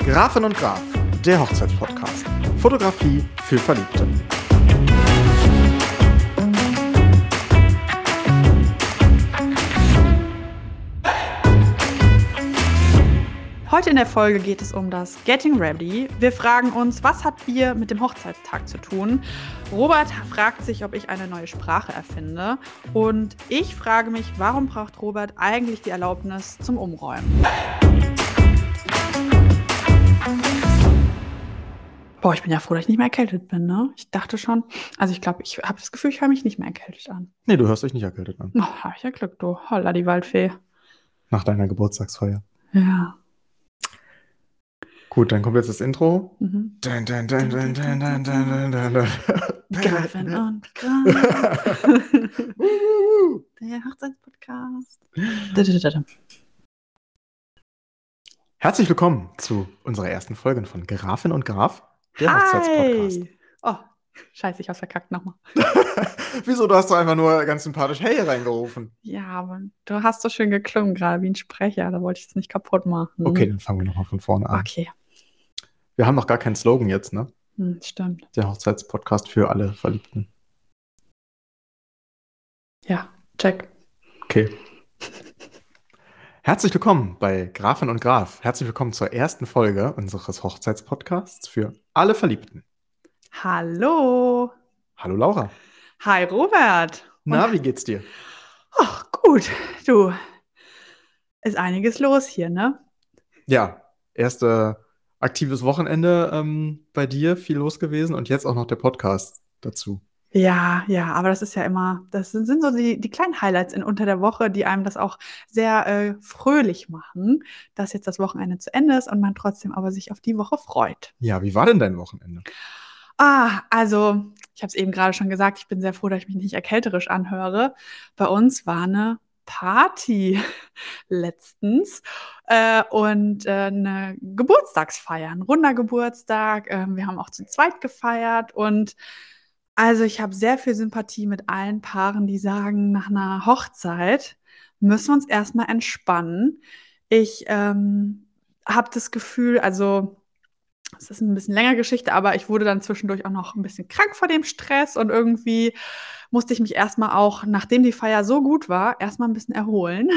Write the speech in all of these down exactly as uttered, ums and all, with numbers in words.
Grafin und Graf, der Hochzeitspodcast. Fotografie für Verliebte. Heute in der Folge geht es um das Getting Ready. Wir fragen uns, was hat Bier mit dem Hochzeitstag zu tun? Robert fragt sich, ob ich eine neue Sprache erfinde. Und ich frage mich, warum braucht Robert eigentlich die Erlaubnis zum Umräumen? Boah, ich bin ja froh, dass ich nicht mehr erkältet bin, ne? Ich dachte schon, also ich glaube, ich habe das Gefühl, ich höre mich nicht mehr erkältet an. Nee, du hörst dich nicht erkältet an. Oh, hab ich ja Glück, du. Holla, die Waldfee. Nach deiner Geburtstagsfeier. Ja. Gut, dann kommt jetzt das Intro. Mhm. Dun, dun, dun, dun, dun, dun, dun, dun, dun. Grafin und Graf. Der Hochzeitspodcast. Herzlich willkommen zu unserer ersten Folge von Grafin und Graf, der Hi. Hochzeitspodcast. Oh, scheiße, ich hab's verkackt nochmal. Wieso? Du hast doch einfach nur ganz sympathisch Hey reingerufen. Ja, aber du hast so schön geklungen, gerade wie ein Sprecher. Da wollte ich es nicht kaputt machen. Okay, dann fangen wir nochmal von vorne an. Okay. Wir haben noch gar keinen Slogan jetzt, ne? Hm, stimmt. Der Hochzeitspodcast für alle Verliebten. Ja, check. Okay. Herzlich willkommen bei Grafin und Graf. Herzlich willkommen zur ersten Folge unseres Hochzeitspodcasts für alle Verliebten. Hallo. Hallo Laura. Hi Robert. Na, Und- wie geht's dir? Ach, gut. Du, ist einiges los hier, ne? Ja, erste aktives Wochenende ähm, bei dir, viel los gewesen und jetzt auch noch der Podcast dazu. Ja, ja, aber das ist ja immer, das sind, sind so die, die kleinen Highlights in unter der Woche, die einem das auch sehr äh, fröhlich machen, dass jetzt das Wochenende zu Ende ist und man trotzdem aber sich auf die Woche freut. Ja, wie war denn dein Wochenende? Ah, also, ich habe es eben gerade schon gesagt, ich bin sehr froh, dass ich mich nicht erkälterisch anhöre. Bei uns war eine Party letztens äh, und äh, eine Geburtstagsfeier, ein runder Geburtstag. Ähm, wir haben auch zu zweit gefeiert und also ich habe sehr viel Sympathie mit allen Paaren, die sagen, nach einer Hochzeit müssen wir uns erstmal entspannen. Ich ähm, habe das Gefühl, also es ist ein bisschen längere Geschichte, aber ich wurde dann zwischendurch auch noch ein bisschen krank vor dem Stress und irgendwie musste ich mich erstmal auch, nachdem die Feier so gut war, erstmal ein bisschen erholen.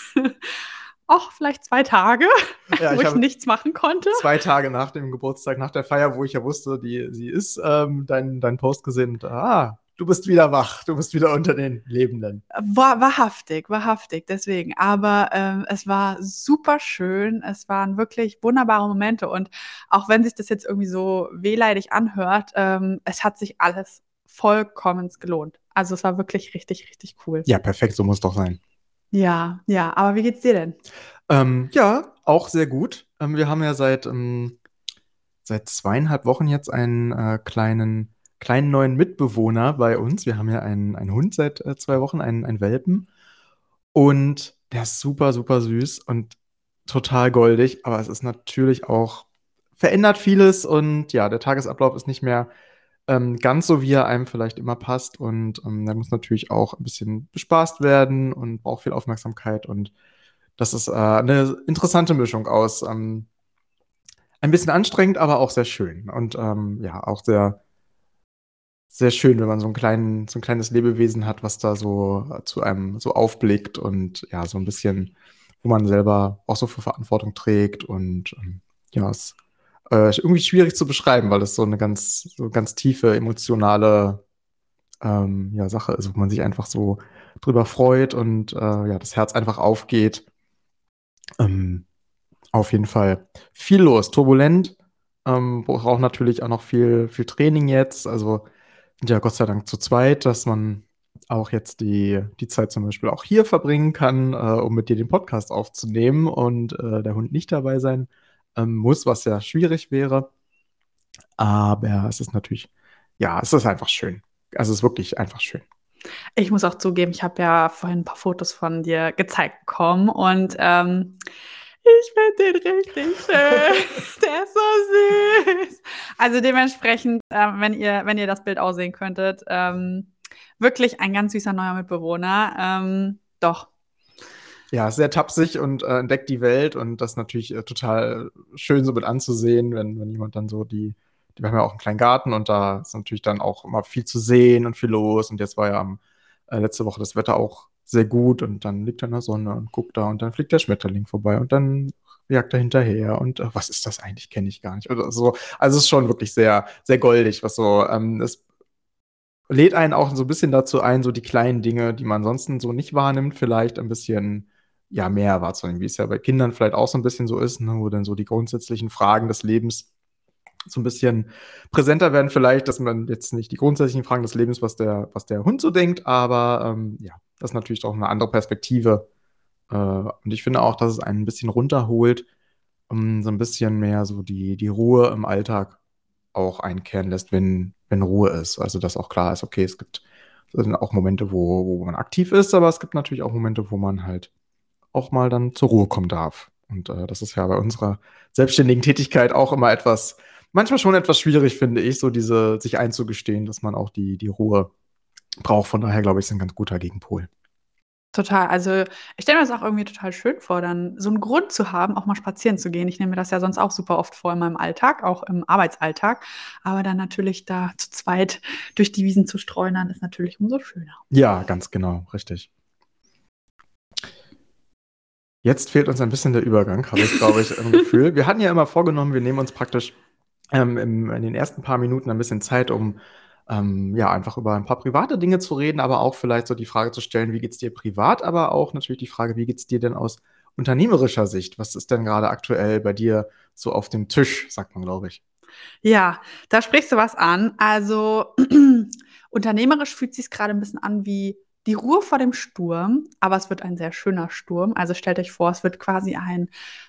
Auch vielleicht zwei Tage, Ja, wo ich ich habe nichts machen konnte. zwei Tage nach dem Geburtstag, nach der Feier, wo ich ja wusste, die, sie ist, ähm, dein, dein Post gesehen und ah, du bist wieder wach, du bist wieder unter den Lebenden. War, wahrhaftig, wahrhaftig, deswegen. Aber ähm, es war super schön. Es waren wirklich wunderbare Momente. Und auch wenn sich das jetzt irgendwie so wehleidig anhört, ähm, es hat sich alles vollkommen gelohnt. Also es war wirklich richtig, richtig cool. Ja, perfekt, so muss es doch sein. Ja, ja. Aber wie geht's dir denn? Ähm, ja, auch sehr gut. Ähm, wir haben ja seit, ähm, seit zweieinhalb Wochen jetzt einen äh, kleinen, kleinen neuen Mitbewohner bei uns. Wir haben ja einen, einen Hund seit äh, zwei Wochen, einen, einen Welpen. Und der ist super, super süß und total goldig. Aber es ist natürlich auch, verändert vieles und ja, der Tagesablauf ist nicht mehr ähm, ganz so, wie er einem vielleicht immer passt. Und ähm, der muss natürlich auch ein bisschen bespaßt werden und braucht viel Aufmerksamkeit. Und das ist äh, eine interessante Mischung aus ähm, ein bisschen anstrengend, aber auch sehr schön. Und ähm, ja, auch sehr, sehr schön, wenn man so, einen kleinen, so ein kleines Lebewesen hat, was da so äh, zu einem so aufblickt und ja, so ein bisschen, wo man selber auch so viel Verantwortung trägt. Und ähm, ja, es äh, ist irgendwie schwierig zu beschreiben, weil es so eine ganz, so ganz tiefe, emotionale ähm, ja, Sache ist, wo man sich einfach so drüber freut und äh, ja, das Herz einfach aufgeht. Ähm, Auf jeden Fall viel los, turbulent. Ähm, braucht natürlich auch noch viel, viel Training jetzt. Also sind ja Gott sei Dank zu zweit, dass man auch jetzt die, die Zeit zum Beispiel auch hier verbringen kann, äh, um mit dir den Podcast aufzunehmen und äh, der Hund nicht dabei sein ähm, muss, was ja schwierig wäre. Aber es ist natürlich, ja, es ist einfach schön. Also es ist wirklich einfach schön. Ich muss auch zugeben, ich habe ja vorhin ein paar Fotos von dir gezeigt bekommen und ähm, ich finde den richtig schön. Der ist so süß. Also dementsprechend, äh, wenn ihr, wenn ihr das Bild auch sehen könntet, ähm, wirklich ein ganz süßer neuer Mitbewohner. Ähm, doch. Ja, sehr tapsig und äh, entdeckt die Welt und das ist natürlich äh, total schön so mit anzusehen, wenn, wenn jemand dann so die, die wir haben ja auch einen kleinen Garten und da ist natürlich dann auch immer viel zu sehen und viel los und jetzt war ja am, äh, letzte Woche das Wetter auch sehr gut und dann liegt er in der Sonne und guckt da und dann fliegt der Schmetterling vorbei und dann jagt er hinterher und äh, was ist das eigentlich, kenne ich gar nicht oder so. Also es ist schon wirklich sehr, sehr goldig, was so, ähm, es lädt einen auch so ein bisschen dazu ein, so die kleinen Dinge, die man ansonsten so nicht wahrnimmt, vielleicht ein bisschen, ja, mehr wahrzunehmen, wie es ja bei Kindern vielleicht auch so ein bisschen so ist, ne, wo dann so die grundsätzlichen Fragen des Lebens so ein bisschen präsenter werden vielleicht, dass man jetzt nicht die grundsätzlichen Fragen des Lebens, was der was der Hund so denkt, aber, ähm, ja, das ist natürlich auch eine andere Perspektive. Äh, und ich finde auch, dass es einen ein bisschen runterholt, um so ein bisschen mehr so die die Ruhe im Alltag auch einkehren lässt, wenn, wenn Ruhe ist. Also, dass auch klar ist, okay, es gibt sind auch Momente, wo, wo man aktiv ist, aber es gibt natürlich auch Momente, wo man halt auch mal dann zur Ruhe kommen darf. Und äh, das ist ja bei unserer selbstständigen Tätigkeit auch immer etwas, manchmal schon etwas schwierig, finde ich, so diese, sich einzugestehen, dass man auch die, die Ruhe braucht. Von daher glaube ich, ist ein ganz guter Gegenpol. Total. Also, ich stelle mir das auch irgendwie total schön vor, dann so 'n Grund zu haben, auch mal spazieren zu gehen. Ich nehme mir das ja sonst auch super oft vor in meinem Alltag, auch im Arbeitsalltag. Aber dann natürlich da zu zweit durch die Wiesen zu streunern, ist natürlich umso schöner. Ja, ganz genau, richtig. Jetzt fehlt uns ein bisschen der Übergang, habe ich, glaube ich, im Gefühl. Wir hatten ja immer vorgenommen, wir nehmen uns praktisch ähm, im, in den ersten paar Minuten ein bisschen Zeit, um ähm, ja einfach über ein paar private Dinge zu reden, aber auch vielleicht so die Frage zu stellen, wie geht's dir privat, aber auch natürlich die Frage, wie geht's dir denn aus unternehmerischer Sicht? Was ist denn gerade aktuell bei dir so auf dem Tisch, sagt man, glaube ich. Ja, da sprichst du was an. Also, unternehmerisch fühlt sich's grade 'n bisschen an wie die Ruhe vor dem Sturm, aber es wird ein sehr schöner Sturm. Also, stellt euch vor, es wird quasi ein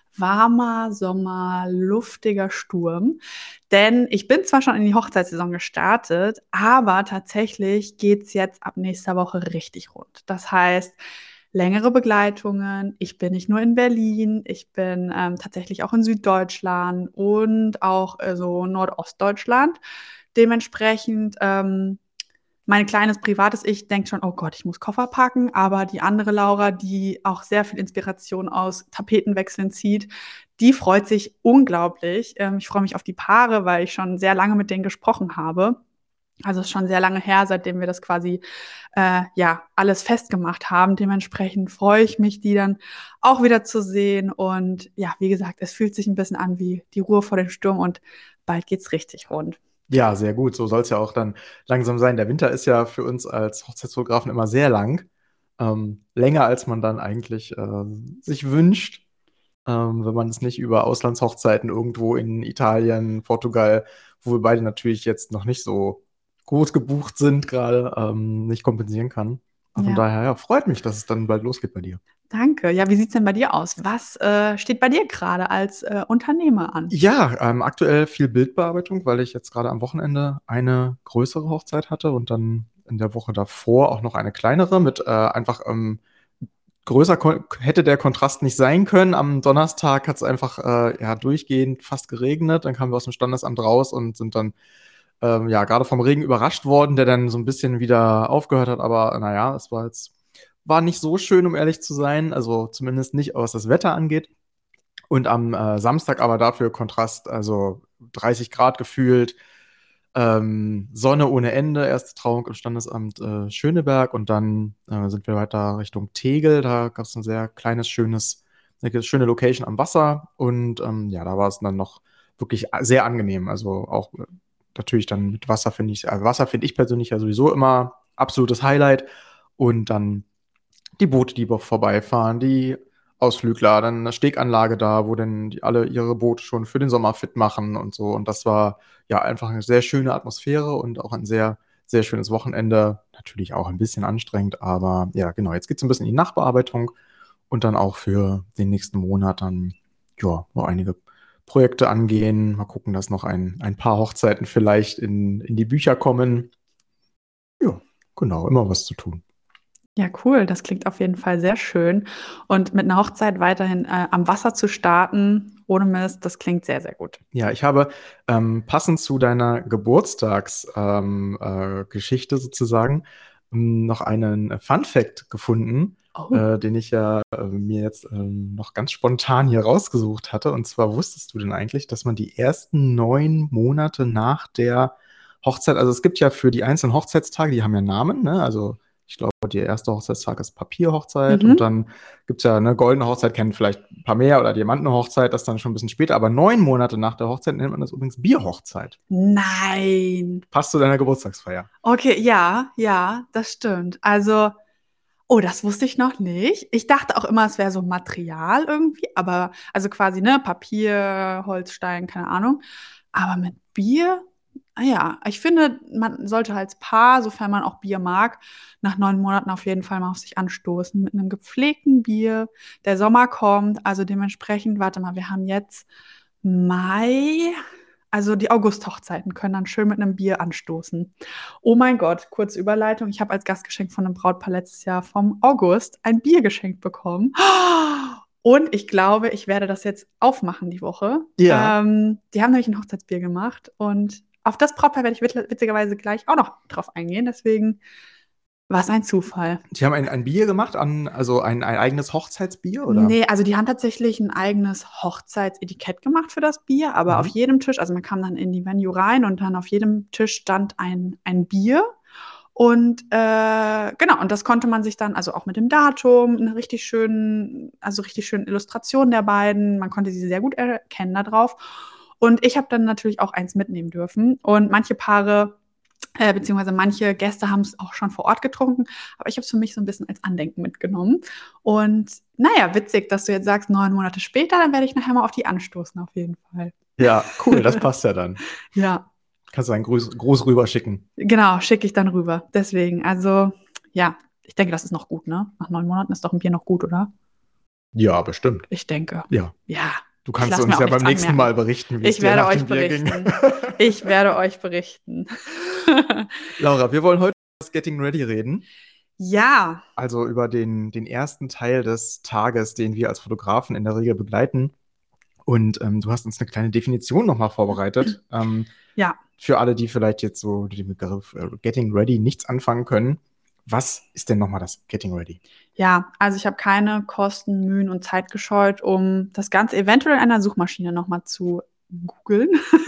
warmer Sommer, luftiger Sturm. Denn ich bin zwar schon in die Hochzeitssaison gestartet, aber tatsächlich geht's jetzt ab nächster Woche richtig rund. Das heißt, längere Begleitungen. Ich bin nicht nur in Berlin, ich bin, ähm, tatsächlich auch in Süddeutschland und auch, äh, so Nordostdeutschland. Dementsprechend, ähm, mein kleines privates Ich denkt schon: „Oh Gott, ich muss Koffer packen“, aber die andere Laura, die auch sehr viel Inspiration aus Tapetenwechseln zieht, die freut sich unglaublich. Ähm, ich freue mich auf die Paare, weil ich schon sehr lange mit denen gesprochen habe. Also, es ist schon sehr lange her, seitdem wir das quasi, äh, ja, alles festgemacht haben. Dementsprechend freue ich mich, die dann auch wieder zu sehen und ja, wie gesagt, es fühlt sich 'n bisschen an wie die Ruhe vor dem Sturm und bald geht's richtig rund. Ja, sehr gut. So soll es ja auch dann langsam sein. Der Winter ist ja für uns als Hochzeitsfotografen immer sehr lang. Ähm, länger als man dann eigentlich äh, sich wünscht. Ähm, wenn man es nicht über Auslandshochzeiten irgendwo in Italien, Portugal, wo wir beide natürlich jetzt noch nicht so groß gebucht sind gerade, ähm, nicht kompensieren kann. Aber von Ja, daher, ja, freut mich, dass es dann bald losgeht bei dir. danke. Ja, wie sieht's denn bei dir aus? Was, äh, steht bei dir grade als, äh, Unternehmer an? Ja, ähm, aktuell viel Bildbearbeitung, weil ich jetzt gerade am Wochenende eine größere Hochzeit hatte und dann in der Woche davor auch noch eine kleinere mit, äh, einfach, ähm, größer kon hätte der Kontrast nicht sein können. Am Donnerstag hat's einfach, äh, ja, durchgehend fast geregnet. Dann kamen wir aus dem Standesamt raus und sind dann, ähm, ja, grade vom Regen überrascht worden, der dann so 'n bisschen wieder aufgehört hat. Aber na ja, es war jetzt war nicht so schön, um ehrlich zu sein, also zumindest nicht, was das Wetter angeht. Und am, äh, Samstag aber dafür Kontrast, also dreißig Grad gefühlt, ähm, Sonne ohne Ende, erste Trauung im Standesamt, äh, Schöneberg und dann, äh, sind wir weiter Richtung Tegel. Da gab's 'n sehr kleines, schönes 'ne schöne Location am Wasser und, ähm, ja, da war es dann noch wirklich a sehr angenehm. Also, auch, äh, natürlich dann mit Wasser finde ich also, Wasser finde ich persönlich ja sowieso immer absolutes Highlight und dann die Boote, die bo vorbeifahren, die Ausflügler, dann 'ne Steganlage da, wo dann die alle ihre Boote schon für den Sommer fit machen und so. Und das war, ja, einfach 'ne sehr schöne Atmosphäre und auch ein sehr, sehr schönes Wochenende. Natürlich auch ein bisschen anstrengend, aber ja, genau, jetzt geht's 'n bisschen in die Nachbearbeitung und dann auch für den nächsten Monat dann, ja, noch einige Projekte angehen. Mal gucken, dass noch ein ein paar Hochzeiten vielleicht in in die Bücher kommen. Ja, genau, immer was zu tun. Ja, cool. Das klingt auf jeden Fall sehr schön. Und mit 'ner Hochzeit weiterhin, äh, am Wasser zu starten, ohne Mist, das klingt sehr, sehr gut. Ja, ich habe, ähm, passend zu deiner Geburtstags ähm, äh, Geschichte sozusagen, ähm, noch einen Fun-Fact gefunden, Oh. äh, den ich ja äh, mir jetzt ähm, noch ganz spontan hier rausgesucht hatte. Und zwar wusstest du denn eigentlich, dass man die ersten neun Monate nach der Hochzeit, also es gibt ja für die einzelnen Hochzeitstage, die haben ja Namen, ne? Also ich glaube, der erste Hochzeitstag ist Papierhochzeit Mhm. und dann gibt es ja eine goldene Hochzeit, kennen vielleicht ein paar mehr oder Diamantenhochzeit, das dann schon ein bisschen später. Aber neun Monate nach der Hochzeit nennt man das übrigens Bierhochzeit. Nein. Passt zu deiner Geburtstagsfeier. Okay, ja, ja, das stimmt. Also, oh, das wusste ich noch nicht. Ich dachte auch immer, es wäre so Material irgendwie, aber also quasi, ne, Papier, Holz, Stein, keine Ahnung. Aber mit Bier, ah ja, ich finde, man sollte als Paar, sofern man auch Bier mag, nach neun Monaten auf jeden Fall mal auf sich anstoßen mit einem gepflegten Bier. Der Sommer kommt, also dementsprechend, warte mal, wir haben jetzt Mai. Also die August-Hochzeiten können dann schön mit einem Bier anstoßen. Oh mein Gott, kurze Überleitung. Ich habe als Gastgeschenk von einem Brautpaar letztes Jahr vom August ein Bier geschenkt bekommen. Und ich glaube, ich werde das jetzt aufmachen die Woche. Ja. Ähm, die haben nämlich ein Hochzeitsbier gemacht und auf das Brautpaar werde ich witz- witzigerweise gleich auch noch drauf eingehen. Deswegen war es ein Zufall. Die haben ein, ein Bier gemacht, an, also ein, ein eigenes Hochzeitsbier, oder? Nee, also die haben tatsächlich ein eigenes Hochzeitsetikett gemacht für das Bier, aber Mhm. auf jedem Tisch, also man kam dann in die Venue rein und dann auf jedem Tisch stand ein, ein Bier. Und äh, genau, und das konnte man sich dann, also auch mit dem Datum, eine richtig schönen, also richtig schöne Illustration der beiden, man konnte sie sehr gut erkennen da drauf. Und ich habe dann natürlich auch eins mitnehmen dürfen. Und manche Paare, äh, beziehungsweise manche Gäste haben es auch schon vor Ort getrunken, aber ich habe es für mich so ein bisschen als Andenken mitgenommen. Und naja, witzig, dass du jetzt sagst, neun Monate später, dann werde ich nachher mal auf die anstoßen, auf jeden Fall. Ja, cool, das passt ja dann. Ja, Kannst du einen Gruß, Gruß rüberschicken. genau, schicke ich dann rüber. Deswegen, also ja, ich denke, das ist noch gut, ne? Nach neun Monaten ist doch ein Bier noch gut, oder? Ja, bestimmt. Ich denke. Ja. Ja. Du Ich kannst lass mir uns auch ja nichts beim nächsten anmerken. Mal berichten, wie es Ich dir werde nach euch dem Bier ging. berichten. Ich werde euch berichten. Laura, wir wollen heute über das Getting Ready reden. Ja, Also über den, den ersten Teil des Tages, den wir als Fotografen in der Regel begleiten. Und ähm, du hast uns eine kleine Definition nochmal vorbereitet. ähm, ja. Für alle, die vielleicht jetzt so mit dem Begriff äh, Getting Ready nichts anfangen können. Was ist denn nochmal das Getting Ready? Ja, also ich habe keine Kosten, Mühen und Zeit gescheut, um das Ganze eventuell in einer Suchmaschine nochmal zu googeln.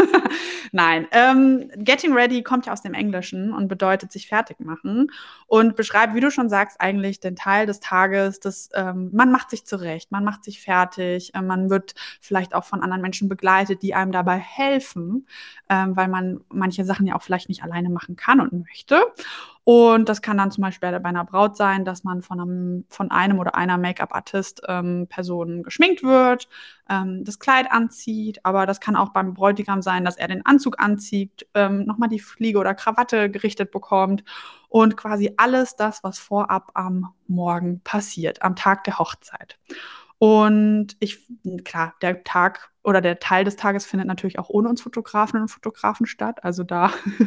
Nein, ähm, Getting Ready kommt ja aus dem Englischen und bedeutet sich fertig machen und beschreibt, wie du schon sagst, eigentlich den Teil des Tages, dass ähm, man macht sich zurecht, man macht sich fertig, äh, man wird vielleicht auch von anderen Menschen begleitet, die einem dabei helfen, ähm, weil man manche Sachen ja auch vielleicht nicht alleine machen kann und möchte. Und das kann dann zum Beispiel bei einer Braut sein, dass man von einem, von einem oder einer Make-up-Artist ähm, Person geschminkt wird, ähm, das Kleid anzieht, aber das kann auch beim Bräutigam sein, dass er den Anzug anzieht, ähm, nochmal die Fliege oder Krawatte gerichtet bekommt und quasi alles das, was vorab am Morgen passiert, am Tag der Hochzeit. Und ich, klar, der Tag oder der Teil des Tages findet natürlich auch ohne uns Fotografinnen und Fotografen statt. Also da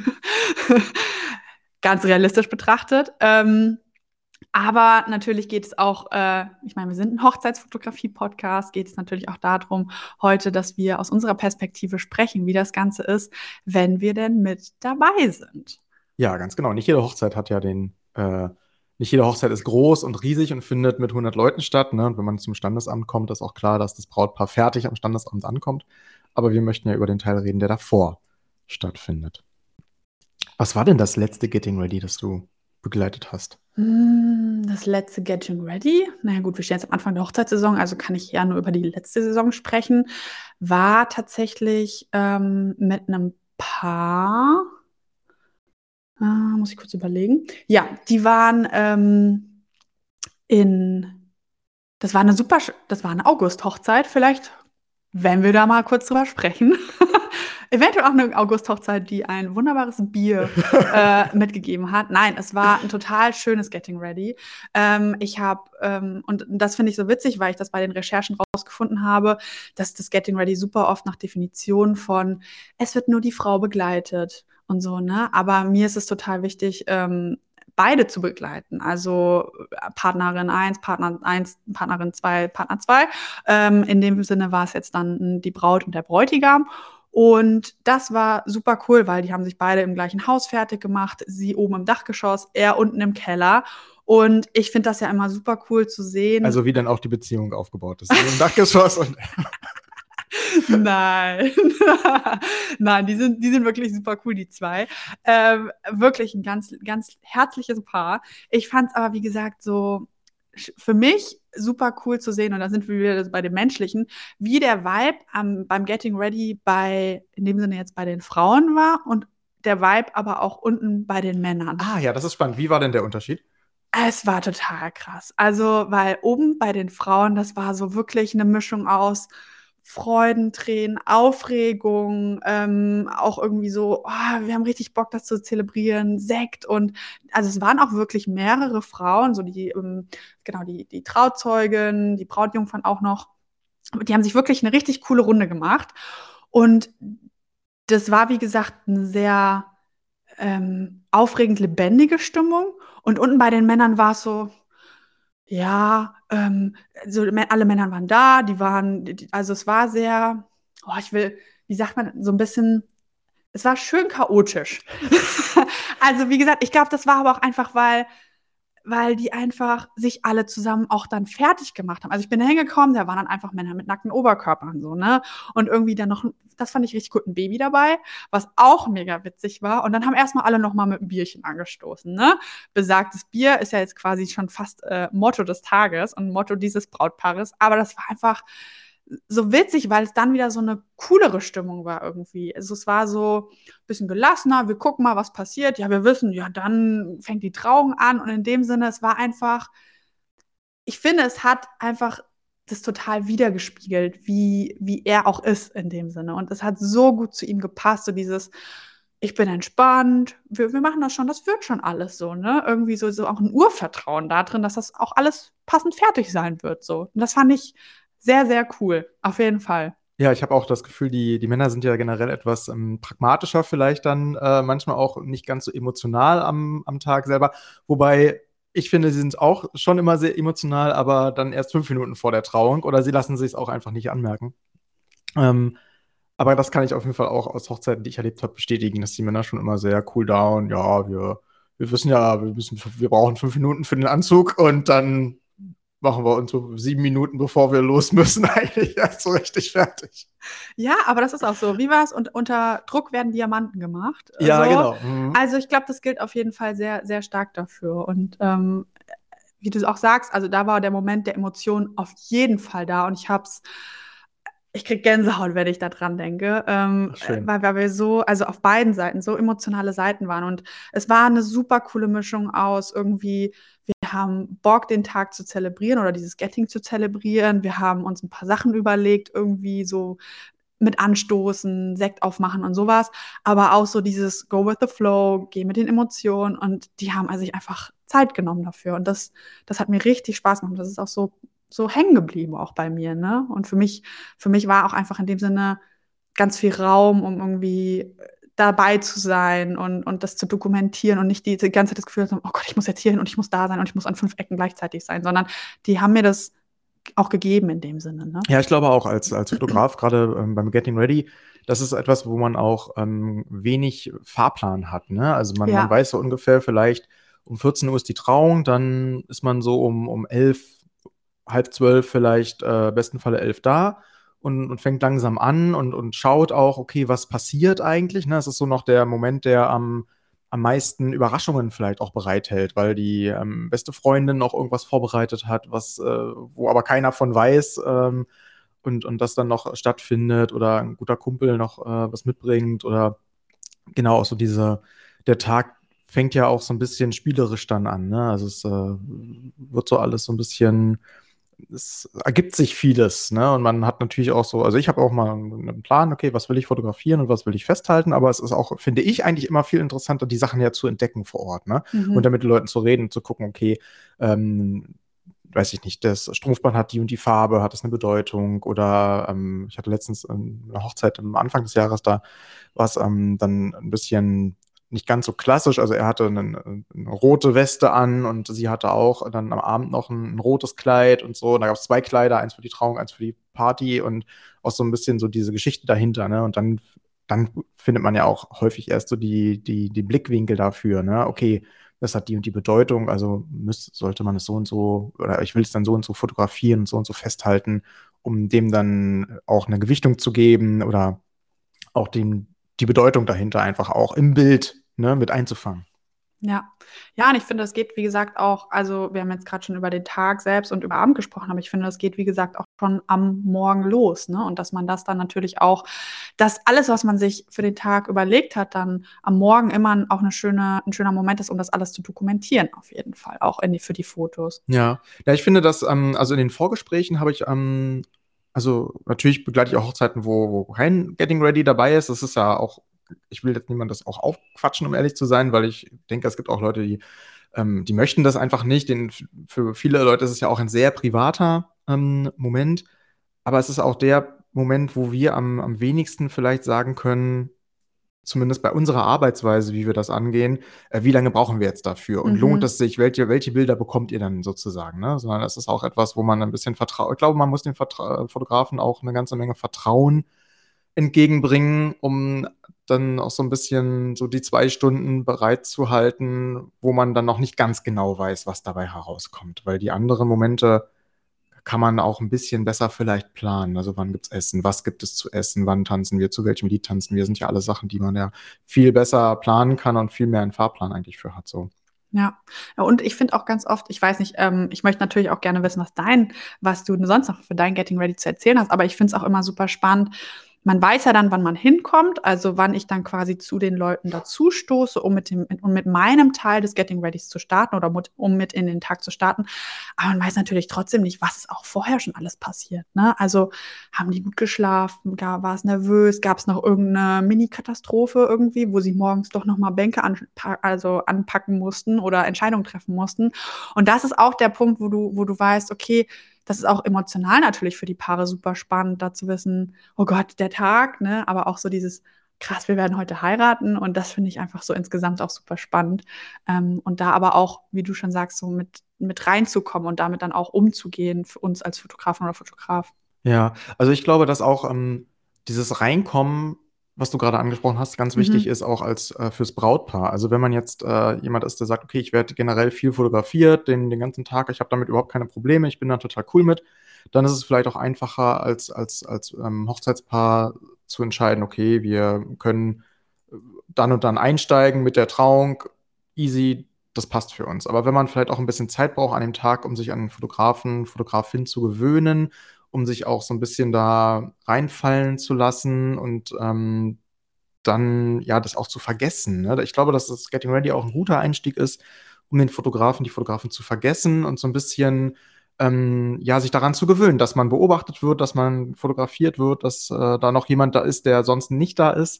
ganz realistisch betrachtet. Ähm, aber natürlich geht es auch, äh, ich meine, wir sind ein Hochzeitsfotografie-Podcast, geht es natürlich auch darum, heute, dass wir aus unserer Perspektive sprechen, wie das Ganze ist, wenn wir denn mit dabei sind. Ja, ganz genau. Nicht jede Hochzeit hat ja den, äh, nicht jede Hochzeit ist groß und riesig und findet mit hundert Leuten statt. Ne? Und wenn man zum Standesamt kommt, ist auch klar, dass das Brautpaar fertig am Standesamt ankommt. Aber wir möchten ja über den Teil reden, der davor stattfindet. Was war denn das letzte Getting Ready, das du begleitet hast? Das letzte Getting Ready, naja gut, wir stehen jetzt am Anfang der Hochzeitssaison, also kann ich ja nur über die letzte Saison sprechen, war tatsächlich ähm, mit einem Paar, äh, muss ich kurz überlegen, ja, die waren ähm, in, das war eine super, das war eine August-Hochzeit, vielleicht, wenn wir da mal kurz drüber sprechen. Eventuell auch eine August-Hochzeit, die ein wunderbares Bier äh, mitgegeben hat. Nein, es war ein total schönes Getting Ready. Ähm, ich habe, ähm, und das finde ich so witzig, weil ich das bei den Recherchen rausgefunden habe, dass das Getting Ready super oft nach Definition von, es wird nur die Frau begleitet und so, ne? Aber mir ist es total wichtig, ähm, beide zu begleiten. Also Partnerin eins, Partner eins, Partnerin zwei, Partner zwei. Ähm, in dem Sinne war es jetzt dann die Braut und der Bräutigam. Und das war super cool, weil die haben sich beide im gleichen Haus fertig gemacht. Sie oben im Dachgeschoss, er unten im Keller. Und ich finde das ja immer super cool zu sehen. Also wie dann auch die Beziehung aufgebaut ist. Im Dachgeschoss und Nein. Nein, die sind, die sind wirklich super cool, die zwei. Ähm, wirklich ein ganz, ganz herzliches Paar. Ich fand es aber, wie gesagt, so sch- für mich super cool zu sehen, und da sind wir wieder bei dem Menschlichen, wie der Vibe am, beim Getting Ready bei, in dem Sinne jetzt bei den Frauen war und der Vibe aber auch unten bei den Männern. ah ja, das ist spannend. Wie war denn der Unterschied? Es war total krass. Also, weil oben bei den Frauen, das war so wirklich eine Mischung aus Freudentränen, Aufregung, ähm, auch irgendwie so, oh, wir haben richtig Bock, das zu zelebrieren, Sekt und also es waren auch wirklich mehrere Frauen, so die, ähm, genau, die, die Trauzeugin, die Brautjungfern auch noch. Die haben sich wirklich eine richtig coole Runde gemacht. Und das war, wie gesagt, eine sehr ähm, aufregend lebendige Stimmung. Und unten bei den Männern war es so, ja, ähm, so mä- alle Männer waren da, die waren, die- also es war sehr, oh, ich will, wie sagt man, so ein bisschen, es war schön chaotisch. Also wie gesagt, ich glaube, das war aber auch einfach, weil weil die einfach sich alle zusammen auch dann fertig gemacht haben. Also ich bin da hingekommen, da waren dann einfach Männer mit nackten Oberkörpern so, ne? Und irgendwie dann noch, das fand ich richtig gut, ein Baby dabei, was auch mega witzig war. Und dann haben erstmal alle nochmal mit einem Bierchen angestoßen, ne? Besagtes Bier ist ja jetzt quasi schon fast äh, Motto des Tages und Motto dieses Brautpaares. Aber das war einfach so witzig, weil es dann wieder so eine coolere Stimmung war irgendwie. Also es war so ein bisschen gelassener, wir gucken mal, was passiert. Ja, wir wissen, ja, dann fängt die Trauung an. Und in dem Sinne, es war einfach, ich finde, es hat einfach das total wiedergespiegelt, wie, wie er auch ist in dem Sinne. Und es hat so gut zu ihm gepasst, so dieses, ich bin entspannt, wir, wir machen das schon, das wird schon alles so, ne? Irgendwie so, so auch ein Urvertrauen da drin, dass das auch alles passend fertig sein wird, so. Und das fand ich sehr, sehr cool, auf jeden Fall. Ja, ich habe auch das Gefühl, die, die Männer sind ja generell etwas ähm, pragmatischer, vielleicht dann äh, manchmal auch nicht ganz so emotional am, am Tag selber. Wobei ich finde, sie sind auch schon immer sehr emotional, aber dann erst fünf Minuten vor der Trauung oder sie lassen sich es auch einfach nicht anmerken. Ähm, aber das kann ich auf jeden Fall auch aus Hochzeiten, die ich erlebt habe, bestätigen, dass die Männer schon immer sehr cool down, ja, wir, wir wissen ja, wir müssen, wir brauchen fünf Minuten für den Anzug und dann machen wir uns so sieben Minuten, bevor wir los müssen, eigentlich erst so richtig fertig. Ja, aber das ist auch so. Wie war es? Und unter Druck werden Diamanten gemacht. Ja, So. genau. Mhm. Also ich glaube, das gilt auf jeden Fall sehr, sehr stark dafür. Und ähm, wie du auch sagst, also da war der Moment der Emotion auf jeden Fall da. Und ich hab's, ich krieg Gänsehaut, wenn ich da dran denke, ähm, Ach, äh, schön. weil, weil wir so, also auf beiden Seiten so emotionale Seiten waren. Und es war eine super coole Mischung aus irgendwie, wir haben Bock, den Tag zu zelebrieren oder dieses Getting zu zelebrieren. Wir haben uns ein paar Sachen überlegt, irgendwie so mit anstoßen, Sekt aufmachen und sowas, aber auch so dieses Go with the flow, geh mit den Emotionen und die haben also sich einfach Zeit genommen dafür und das, das hat mir richtig Spaß gemacht. Das ist auch so, so hängen geblieben auch bei mir, ne? Und für mich, für mich war auch einfach in dem Sinne ganz viel Raum, um irgendwie dabei zu sein und, und das zu dokumentieren und nicht die, die ganze Zeit das Gefühl zu haben, oh Gott, ich muss jetzt hier hin und ich muss da sein und ich muss an fünf Ecken gleichzeitig sein, sondern die haben mir das auch gegeben in dem Sinne, ne? Ja, ich glaube auch als, als Fotograf, gerade ähm, beim Getting Ready, das ist etwas, wo man auch ähm, wenig Fahrplan hat. Ne? Also man, man Ja. weiß so ungefähr, vielleicht um vierzehn Uhr ist die Trauung, dann ist man so um, um elf, halb zwölf vielleicht, äh, besten Falle elf da und, und fängt langsam an und, und schaut auch, okay, was passiert eigentlich. Ne? Das ist so noch der Moment, der am, am meisten Überraschungen vielleicht auch bereithält, weil die ähm, beste Freundin noch irgendwas vorbereitet hat, was, äh, wo aber keiner von weiß. Ähm, und, und das dann noch stattfindet oder ein guter Kumpel noch äh, was mitbringt oder genau auch so diese, der Tag fängt ja auch so ein bisschen spielerisch dann an, ne? Also es äh, wird so alles so ein bisschen, es ergibt sich vieles, ne? Und man hat natürlich auch so, also ich habe auch mal einen Plan, okay, was will ich fotografieren und was will ich festhalten, aber es ist auch, finde ich, eigentlich immer viel interessanter, die Sachen ja zu entdecken vor Ort, ne? Und Mhm. dann mit den Leuten zu reden und zu gucken, okay, ähm, weiß ich nicht, das Strumpfband hat die und die Farbe, hat das eine Bedeutung? Oder ähm, ich hatte letztens ähm, eine Hochzeit am Anfang des Jahres, da war es ähm, dann ein bisschen nicht ganz so klassisch. Also er hatte eine, eine rote Weste an und sie hatte auch dann am Abend noch ein, ein rotes Kleid und so. Und da gab es zwei Kleider, eins für die Trauung, eins für die Party und auch so ein bisschen so diese Geschichte dahinter. Ne? Und dann dann findet man ja auch häufig erst so die, die, die Blickwinkel dafür, ne? Okay, das hat die und die Bedeutung, also müsste, sollte man es so und so, oder ich will es dann so und so fotografieren und so und so festhalten, um dem dann auch eine Gewichtung zu geben oder auch dem, die Bedeutung dahinter einfach auch im Bild, ne, mit einzufangen. Ja. Ja, und ich finde, das geht, wie gesagt, auch, also wir haben jetzt gerade schon über den Tag selbst und über Abend gesprochen, aber ich finde, das geht, wie gesagt, auch schon am Morgen los, ne? Und dass man das dann natürlich auch, dass alles, was man sich für den Tag überlegt hat, dann am Morgen immer auch eine schöne, ein schöner Moment ist, um das alles zu dokumentieren, auf jeden Fall, auch in die, für die Fotos. Ja, ja, ich finde, dass, ähm, also in den Vorgesprächen habe ich, ähm, also natürlich begleite ich auch Hochzeiten, wo, wo kein Getting Ready dabei ist. Das ist ja auch, ich will jetzt niemand das auch aufquatschen, um ehrlich zu sein, weil ich denke, es gibt auch Leute, die, ähm, die möchten das einfach nicht. Den, für viele Leute ist es ja auch ein sehr privater ähm, Moment, aber es ist auch der Moment, wo wir am, am wenigsten vielleicht sagen können, zumindest bei unserer Arbeitsweise, wie wir das angehen, äh, wie lange brauchen wir jetzt dafür? Und lohnt Mhm. es sich, welche, welche Bilder bekommt ihr dann sozusagen? Ne? Sondern das ist auch etwas, wo man ein bisschen vertraut. Ich glaube, man muss den Vertra Fotografen auch eine ganze Menge Vertrauen entgegenbringen, um dann auch so ein bisschen so die zwei Stunden bereit zu halten, wo man dann noch nicht ganz genau weiß, was dabei herauskommt. Weil die anderen Momente kann man auch ein bisschen besser vielleicht planen. Also wann gibt's Essen, was gibt es zu essen, wann tanzen wir, zu welchem Lied tanzen wir, sind ja alle Sachen, die man ja viel besser planen kann und viel mehr einen Fahrplan eigentlich für hat, so. Ja. Ja, und ich finde auch ganz oft, ich weiß nicht, ähm, ich möchte natürlich auch gerne wissen, was dein, was du sonst noch für dein Getting Ready zu erzählen hast, aber ich finde es auch immer super spannend. Man weiß ja dann, wann man hinkommt, also wann ich dann quasi zu den Leuten dazu stoße, um mit dem, um mit meinem Teil des Getting Readys zu starten oder mit, um mit in den Tag zu starten. Aber man weiß natürlich trotzdem nicht, was ist auch vorher schon alles passiert. Ne? Also haben die gut geschlafen? Gar, war es nervös? Gab es noch irgendeine Mini-Katastrophe irgendwie, wo sie morgens doch nochmal Bänke anpa also anpacken mussten oder Entscheidungen treffen mussten? Und das ist auch der Punkt, wo du, wo du weißt, okay, das ist auch emotional natürlich für die Paare super spannend, da zu wissen, oh Gott, der Tag, ne? Aber auch so dieses, krass, wir werden heute heiraten. Und das finde ich einfach so insgesamt auch super spannend. Ähm, und da aber auch, wie du schon sagst, so mit, mit reinzukommen und damit dann auch umzugehen für uns als Fotografen oder Fotograf. Ja, also ich glaube, dass auch ähm, dieses Reinkommen, was du gerade angesprochen hast, ganz wichtig Mhm. ist auch als äh, fürs Brautpaar. Also wenn man jetzt äh, jemand ist, der sagt, okay, ich werde generell viel fotografiert, den, den ganzen Tag, ich habe damit überhaupt keine Probleme, ich bin da total cool mit, dann ist es vielleicht auch einfacher als, als, als ähm, Hochzeitspaar zu entscheiden, okay, wir können äh, dann und dann einsteigen mit der Trauung, easy, das passt für uns. Aber wenn man vielleicht auch ein bisschen Zeit braucht an dem Tag, um sich an den Fotografen, Fotografin zu gewöhnen, um sich auch so ein bisschen da reinfallen zu lassen und ähm, dann ja das auch zu vergessen. Ne? Ich glaube, dass das Getting Ready auch ein guter Einstieg ist, um den Fotografen, die Fotografin zu vergessen und so ein bisschen ähm, ja sich daran zu gewöhnen, dass man beobachtet wird, dass man fotografiert wird, dass äh, da noch jemand da ist, der sonst nicht da ist.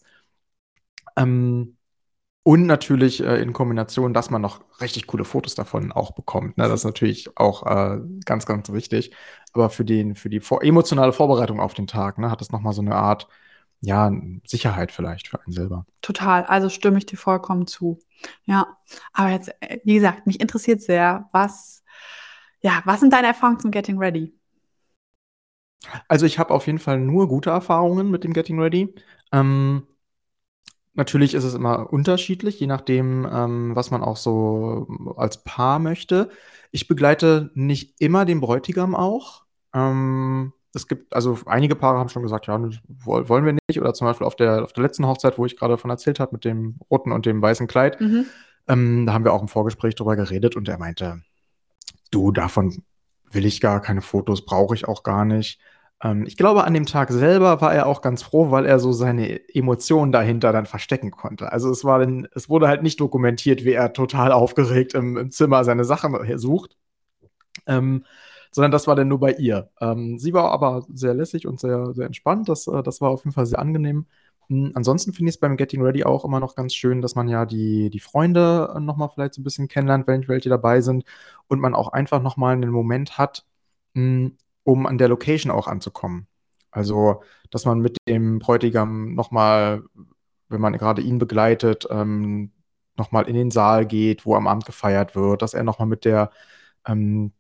Ähm, und natürlich äh, in Kombination, dass man noch richtig coole Fotos davon auch bekommt. Ne? Das ist natürlich auch äh, ganz, ganz wichtig. Aber für den, für die vor emotionale Vorbereitung auf den Tag, ne, hat es nochmal so eine Art, ja, Sicherheit vielleicht für einen selber. Total, also stimme ich dir vollkommen zu. Ja, aber jetzt, äh, wie gesagt, mich interessiert sehr, was, ja, was sind deine Erfahrungen zum Getting Ready? Also ich habe auf jeden Fall nur gute Erfahrungen mit dem Getting Ready. Ähm, Natürlich ist es immer unterschiedlich, je nachdem, ähm, was man auch so als Paar möchte. Ich begleite nicht immer den Bräutigam auch. Ähm, es gibt, also einige Paare haben schon gesagt, ja, das woll- wollen wir nicht. Oder zum Beispiel auf der, auf der letzten Hochzeit, wo ich gerade von erzählt habe, mit dem roten und dem weißen Kleid, Mhm. ähm, da haben wir auch im Vorgespräch drüber geredet und er meinte, du, davon will ich gar keine Fotos, brauche ich auch gar nicht. Ähm, ich glaube, an dem Tag selber war er auch ganz froh, weil er so seine Emotionen dahinter dann verstecken konnte. Also es war dann, es wurde halt nicht dokumentiert, wie er total aufgeregt im, im Zimmer seine Sachen sucht, ähm, sondern das war dann nur bei ihr. Ähm, sie war aber sehr lässig und sehr, sehr entspannt. Das, äh, das war auf jeden Fall sehr angenehm. Hm, ansonsten finde ich es beim Getting Ready auch immer noch ganz schön, dass man ja die, die Freunde äh, noch mal vielleicht so ein bisschen kennenlernt, wenn welche dabei sind und man auch einfach noch mal einen Moment hat, mh, um an der Location auch anzukommen. Also, dass man mit dem Bräutigam noch mal, wenn man gerade ihn begleitet, ähm, noch mal in den Saal geht, wo am Abend gefeiert wird, dass er noch mal mit der ähm,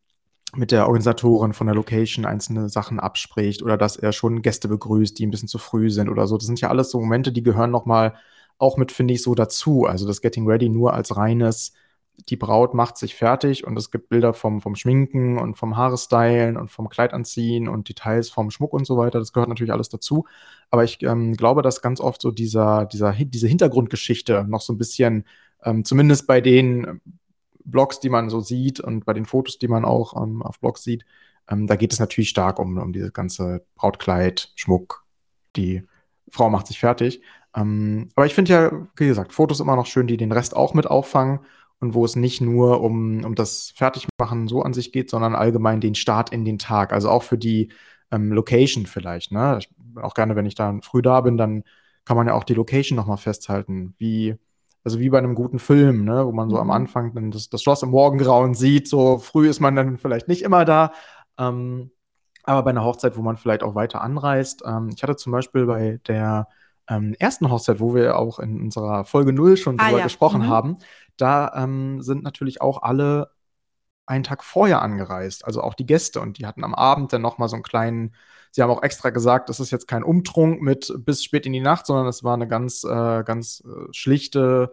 mit der Organisatorin von der Location einzelne Sachen abspricht oder dass er schon Gäste begrüßt, die ein bisschen zu früh sind oder so. Das sind ja alles so Momente, die gehören noch mal auch mit, finde ich, so dazu. Also das Getting Ready nur als reines, die Braut macht sich fertig und es gibt Bilder vom, vom Schminken und vom Haarstylen und vom Kleid anziehen und Details vom Schmuck und so weiter. Das gehört natürlich alles dazu. Aber ich ähm, glaube, dass ganz oft so dieser, dieser, diese Hintergrundgeschichte noch so ein bisschen, ähm, zumindest bei den Blogs, die man so sieht und bei den Fotos, die man auch ähm, auf Blogs sieht, ähm, da geht es natürlich stark um, um dieses ganze Brautkleid, Schmuck, die Frau macht sich fertig. Ähm, aber ich finde ja, wie gesagt, Fotos immer noch schön, die den Rest auch mit auffangen und wo es nicht nur um, um das Fertigmachen so an sich geht, sondern allgemein den Start in den Tag. Also auch für die ähm, Location vielleicht. Ne? Ich, auch gerne, wenn ich da früh da bin, dann kann man ja auch die Location nochmal festhalten. Wie, also wie bei einem guten Film, ne? Wo man so am Mhm. Anfang dann das, das Schloss im Morgengrauen sieht. So früh ist man dann vielleicht nicht immer da. Ähm, aber bei einer Hochzeit, wo man vielleicht auch weiter anreist. Ähm, ich hatte zum Beispiel bei der ähm, ersten Hochzeit, wo wir auch in unserer Folge null schon Ah drüber ja, gesprochen mhm. haben, da ähm, sind natürlich auch alle einen Tag vorher angereist, also auch die Gäste. Und die hatten am Abend dann noch mal so einen kleinen, sie haben auch extra gesagt, das ist jetzt kein Umtrunk mit bis spät in die Nacht, sondern es war eine ganz, äh, ganz äh, schlichte,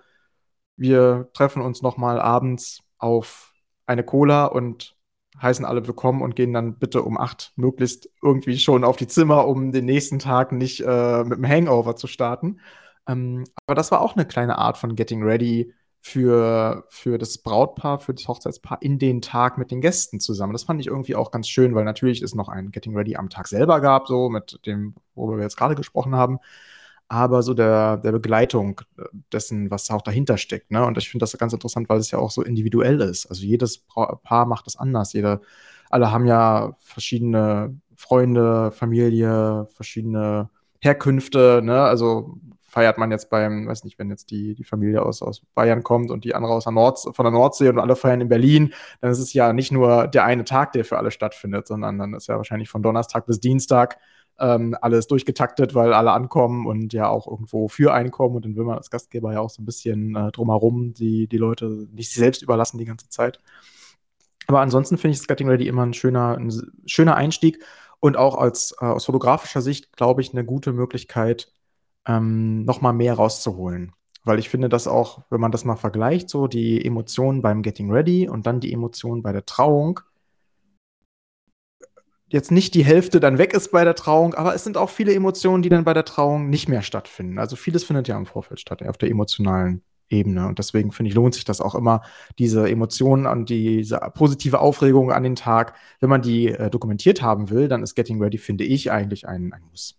wir treffen uns noch mal abends auf eine Cola und heißen alle willkommen und gehen dann bitte um acht möglichst irgendwie schon auf die Zimmer, um den nächsten Tag nicht äh, mit dem Hangover zu starten. Ähm, aber das war auch eine kleine Art von Getting Ready für, für das Brautpaar, für das Hochzeitspaar in den Tag mit den Gästen zusammen. Das fand ich irgendwie auch ganz schön, weil natürlich es noch ein Getting Ready am Tag selber gab, so mit dem, worüber wir jetzt gerade gesprochen haben, aber so der, der Begleitung dessen, was auch dahinter steckt. Ne? Und ich finde das ganz interessant, weil es ja auch so individuell ist. Also jedes Paar macht das anders. Jede, alle haben ja verschiedene Freunde, Familie, verschiedene Herkünfte. Ne? Also feiert man jetzt beim, weiß nicht, wenn jetzt die, die Familie aus, aus Bayern kommt und die andere aus der Nord, von der Nordsee und alle feiern in Berlin, dann ist es ja nicht nur der eine Tag, der für alle stattfindet, sondern dann ist ja wahrscheinlich von Donnerstag bis Dienstag ähm, alles durchgetaktet, weil alle ankommen und ja auch irgendwo für einkommen. Und dann will man als Gastgeber ja auch so ein bisschen äh, drumherum die, die Leute nicht sich selbst überlassen die ganze Zeit. Aber ansonsten finde ich das Getting Ready immer ein schöner, ein schöner Einstieg und auch als, äh, aus fotografischer Sicht, glaube ich, eine gute Möglichkeit, ähm, noch mal mehr rauszuholen. Weil ich finde, dass auch, wenn man das mal vergleicht, so die Emotionen beim Getting Ready und dann die Emotionen bei der Trauung, jetzt nicht die Hälfte dann weg ist bei der Trauung, aber es sind auch viele Emotionen, die dann bei der Trauung nicht mehr stattfinden. Also vieles findet ja im Vorfeld statt, auf der emotionalen Ebene. Und deswegen finde ich, lohnt sich das auch immer, diese Emotionen und diese positive Aufregung an den Tag, wenn man die äh, dokumentiert haben will, dann ist Getting Ready, finde ich, eigentlich ein, ein Muss.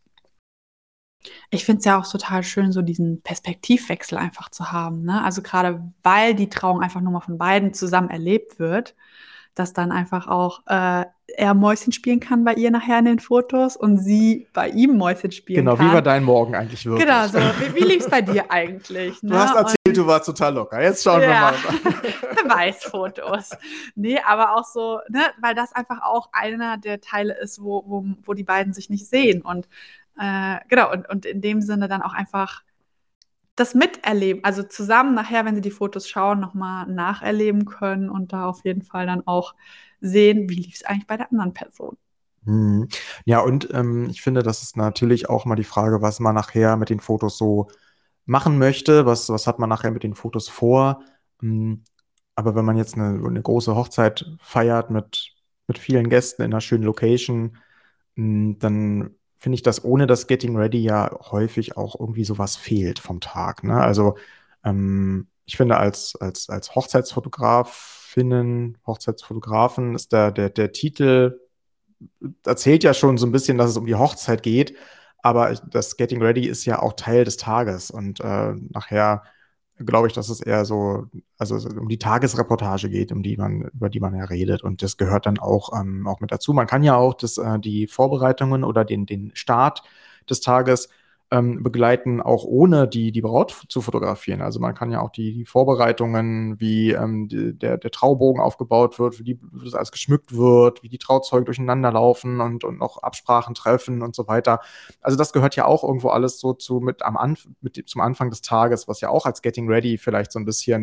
Ich finde es ja auch total schön, so diesen Perspektivwechsel einfach zu haben, ne? Also gerade weil die Trauung einfach nur mal von beiden zusammen erlebt wird, dass dann einfach auch äh, er Mäuschen spielen kann bei ihr nachher in den Fotos und sie bei ihm Mäuschen spielen Genau, wie war kann. dein Morgen eigentlich Genau, wirklich? so wie, wie lief es bei dir eigentlich? Du hast Ne? erzählt, Und du warst total locker. Jetzt schauen wir ja, mal. Beweisfotos. Nee, aber auch so, ne, weil das einfach auch einer der Teile ist, wo, wo, wo die beiden sich nicht sehen. Und äh, genau, und, und in dem Sinne dann auch einfach das miterleben, also zusammen nachher, wenn sie die Fotos schauen, nochmal nacherleben können und da auf jeden Fall dann auch sehen, wie lief es eigentlich bei der anderen Person. Mhm. Ja, und ähm, ich finde, das ist natürlich auch mal die Frage, was man nachher mit den Fotos so machen möchte. Was, was hat man nachher mit den Fotos vor? Mm, Aber wenn man jetzt eine, eine große Hochzeit feiert mit, mit vielen Gästen in einer schönen Location, mm, dann finde ich, dass ohne das Getting Ready ja häufig auch irgendwie sowas fehlt vom Tag. Ne? Also ähm, ich finde, als, als, als Hochzeitsfotografinnen, Hochzeitsfotografen ist der, der, der Titel erzählt ja schon so ein bisschen, dass es um die Hochzeit geht, aber das Getting Ready ist ja auch Teil des Tages und äh, nachher glaube ich, dass es eher so, also so um die Tagesreportage geht, um die man, über die man ja redet. Und das gehört dann auch, ähm, auch mit dazu. Man kann ja auch das, äh, die Vorbereitungen oder den, den Start des Tages ähm, begleiten, auch ohne die, die Braut zu fotografieren. Also man kann ja auch die, die Vorbereitungen, wie ähm, die, der, der Traubogen aufgebaut wird, wie, die, wie das alles geschmückt wird, wie die Trauzeugen durcheinander laufen und, und noch Absprachen treffen und so weiter. Also das gehört ja auch irgendwo alles so zu mit am Anf mit, zum Anfang des Tages, was ja auch als Getting Ready vielleicht so ein bisschen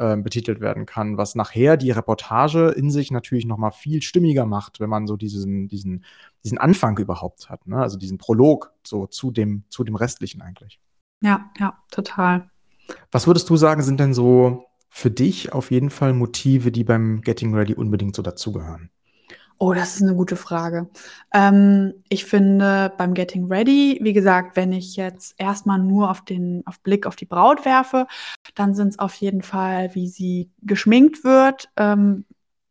äh, betitelt werden kann, was nachher die Reportage in sich natürlich noch mal viel stimmiger macht, wenn man so diesen, diesen, diesen Anfang überhaupt hat, ne? Also diesen Prolog so zu dem, zu dem Restlichen eigentlich. Ja, ja, total. Was würdest du sagen, sind denn so für dich auf jeden Fall Motive, die beim Getting Ready unbedingt so dazugehören? Oh, das ist eine gute Frage. Ähm, ich finde beim Getting Ready, wie gesagt, wenn ich jetzt erstmal nur auf den auf Blick auf die Braut werfe, dann sind es auf jeden Fall, wie sie geschminkt wird, ähm,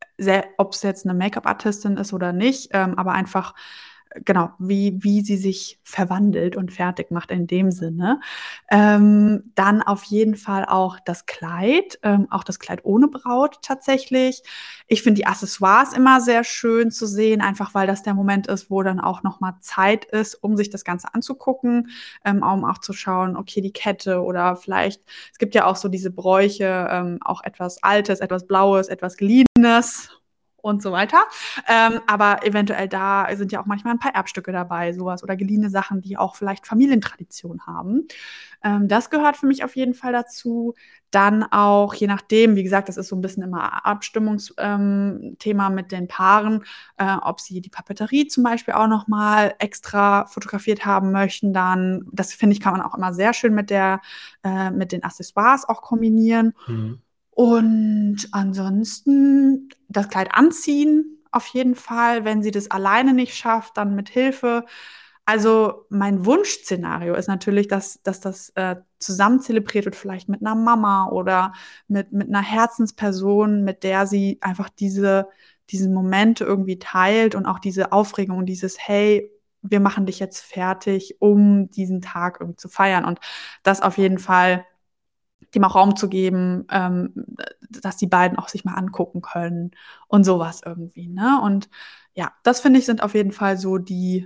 ob es jetzt eine Make-up-Artistin ist oder nicht, ähm, aber einfach genau, wie, wie sie sich verwandelt und fertig macht in dem Sinne. Ähm, dann auf jeden Fall auch das Kleid, ähm, auch das Kleid ohne Braut tatsächlich. Ich finde die Accessoires immer sehr schön zu sehen, einfach weil das der Moment ist, wo dann auch nochmal Zeit ist, um sich das Ganze anzugucken, ähm, um auch zu schauen, okay, die Kette oder vielleicht, es gibt ja auch so diese Bräuche, ähm, auch etwas Altes, etwas Blaues, etwas Geliehenes und so weiter. Ähm, aber eventuell da sind ja auch manchmal ein paar Erbstücke dabei, sowas oder geliehene Sachen, die auch vielleicht Familientradition haben. Ähm, das gehört für mich auf jeden Fall dazu. Dann auch, je nachdem, wie gesagt, das ist so ein bisschen immer Abstimmungsthema ähm, mit den Paaren, äh, ob sie die Papeterie zum Beispiel auch noch mal extra fotografiert haben möchten, dann, das finde ich, kann man auch immer sehr schön mit der, äh, mit den Accessoires auch kombinieren. Mhm. Und ansonsten das Kleid anziehen, auf jeden Fall. Wenn sie das alleine nicht schafft, dann mit Hilfe. Also mein Wunschszenario ist natürlich, dass, dass das äh, zusammen zelebriert wird, vielleicht mit einer Mama oder mit, mit einer Herzensperson, mit der sie einfach diese, diese Momente irgendwie teilt und auch diese Aufregung und dieses, hey, wir machen dich jetzt fertig, um diesen Tag irgendwie zu feiern. Und das auf jeden Fall dem auch Raum zu geben, ähm, dass die beiden auch sich mal angucken können und sowas irgendwie, ne? Und ja, das finde ich, sind auf jeden Fall so die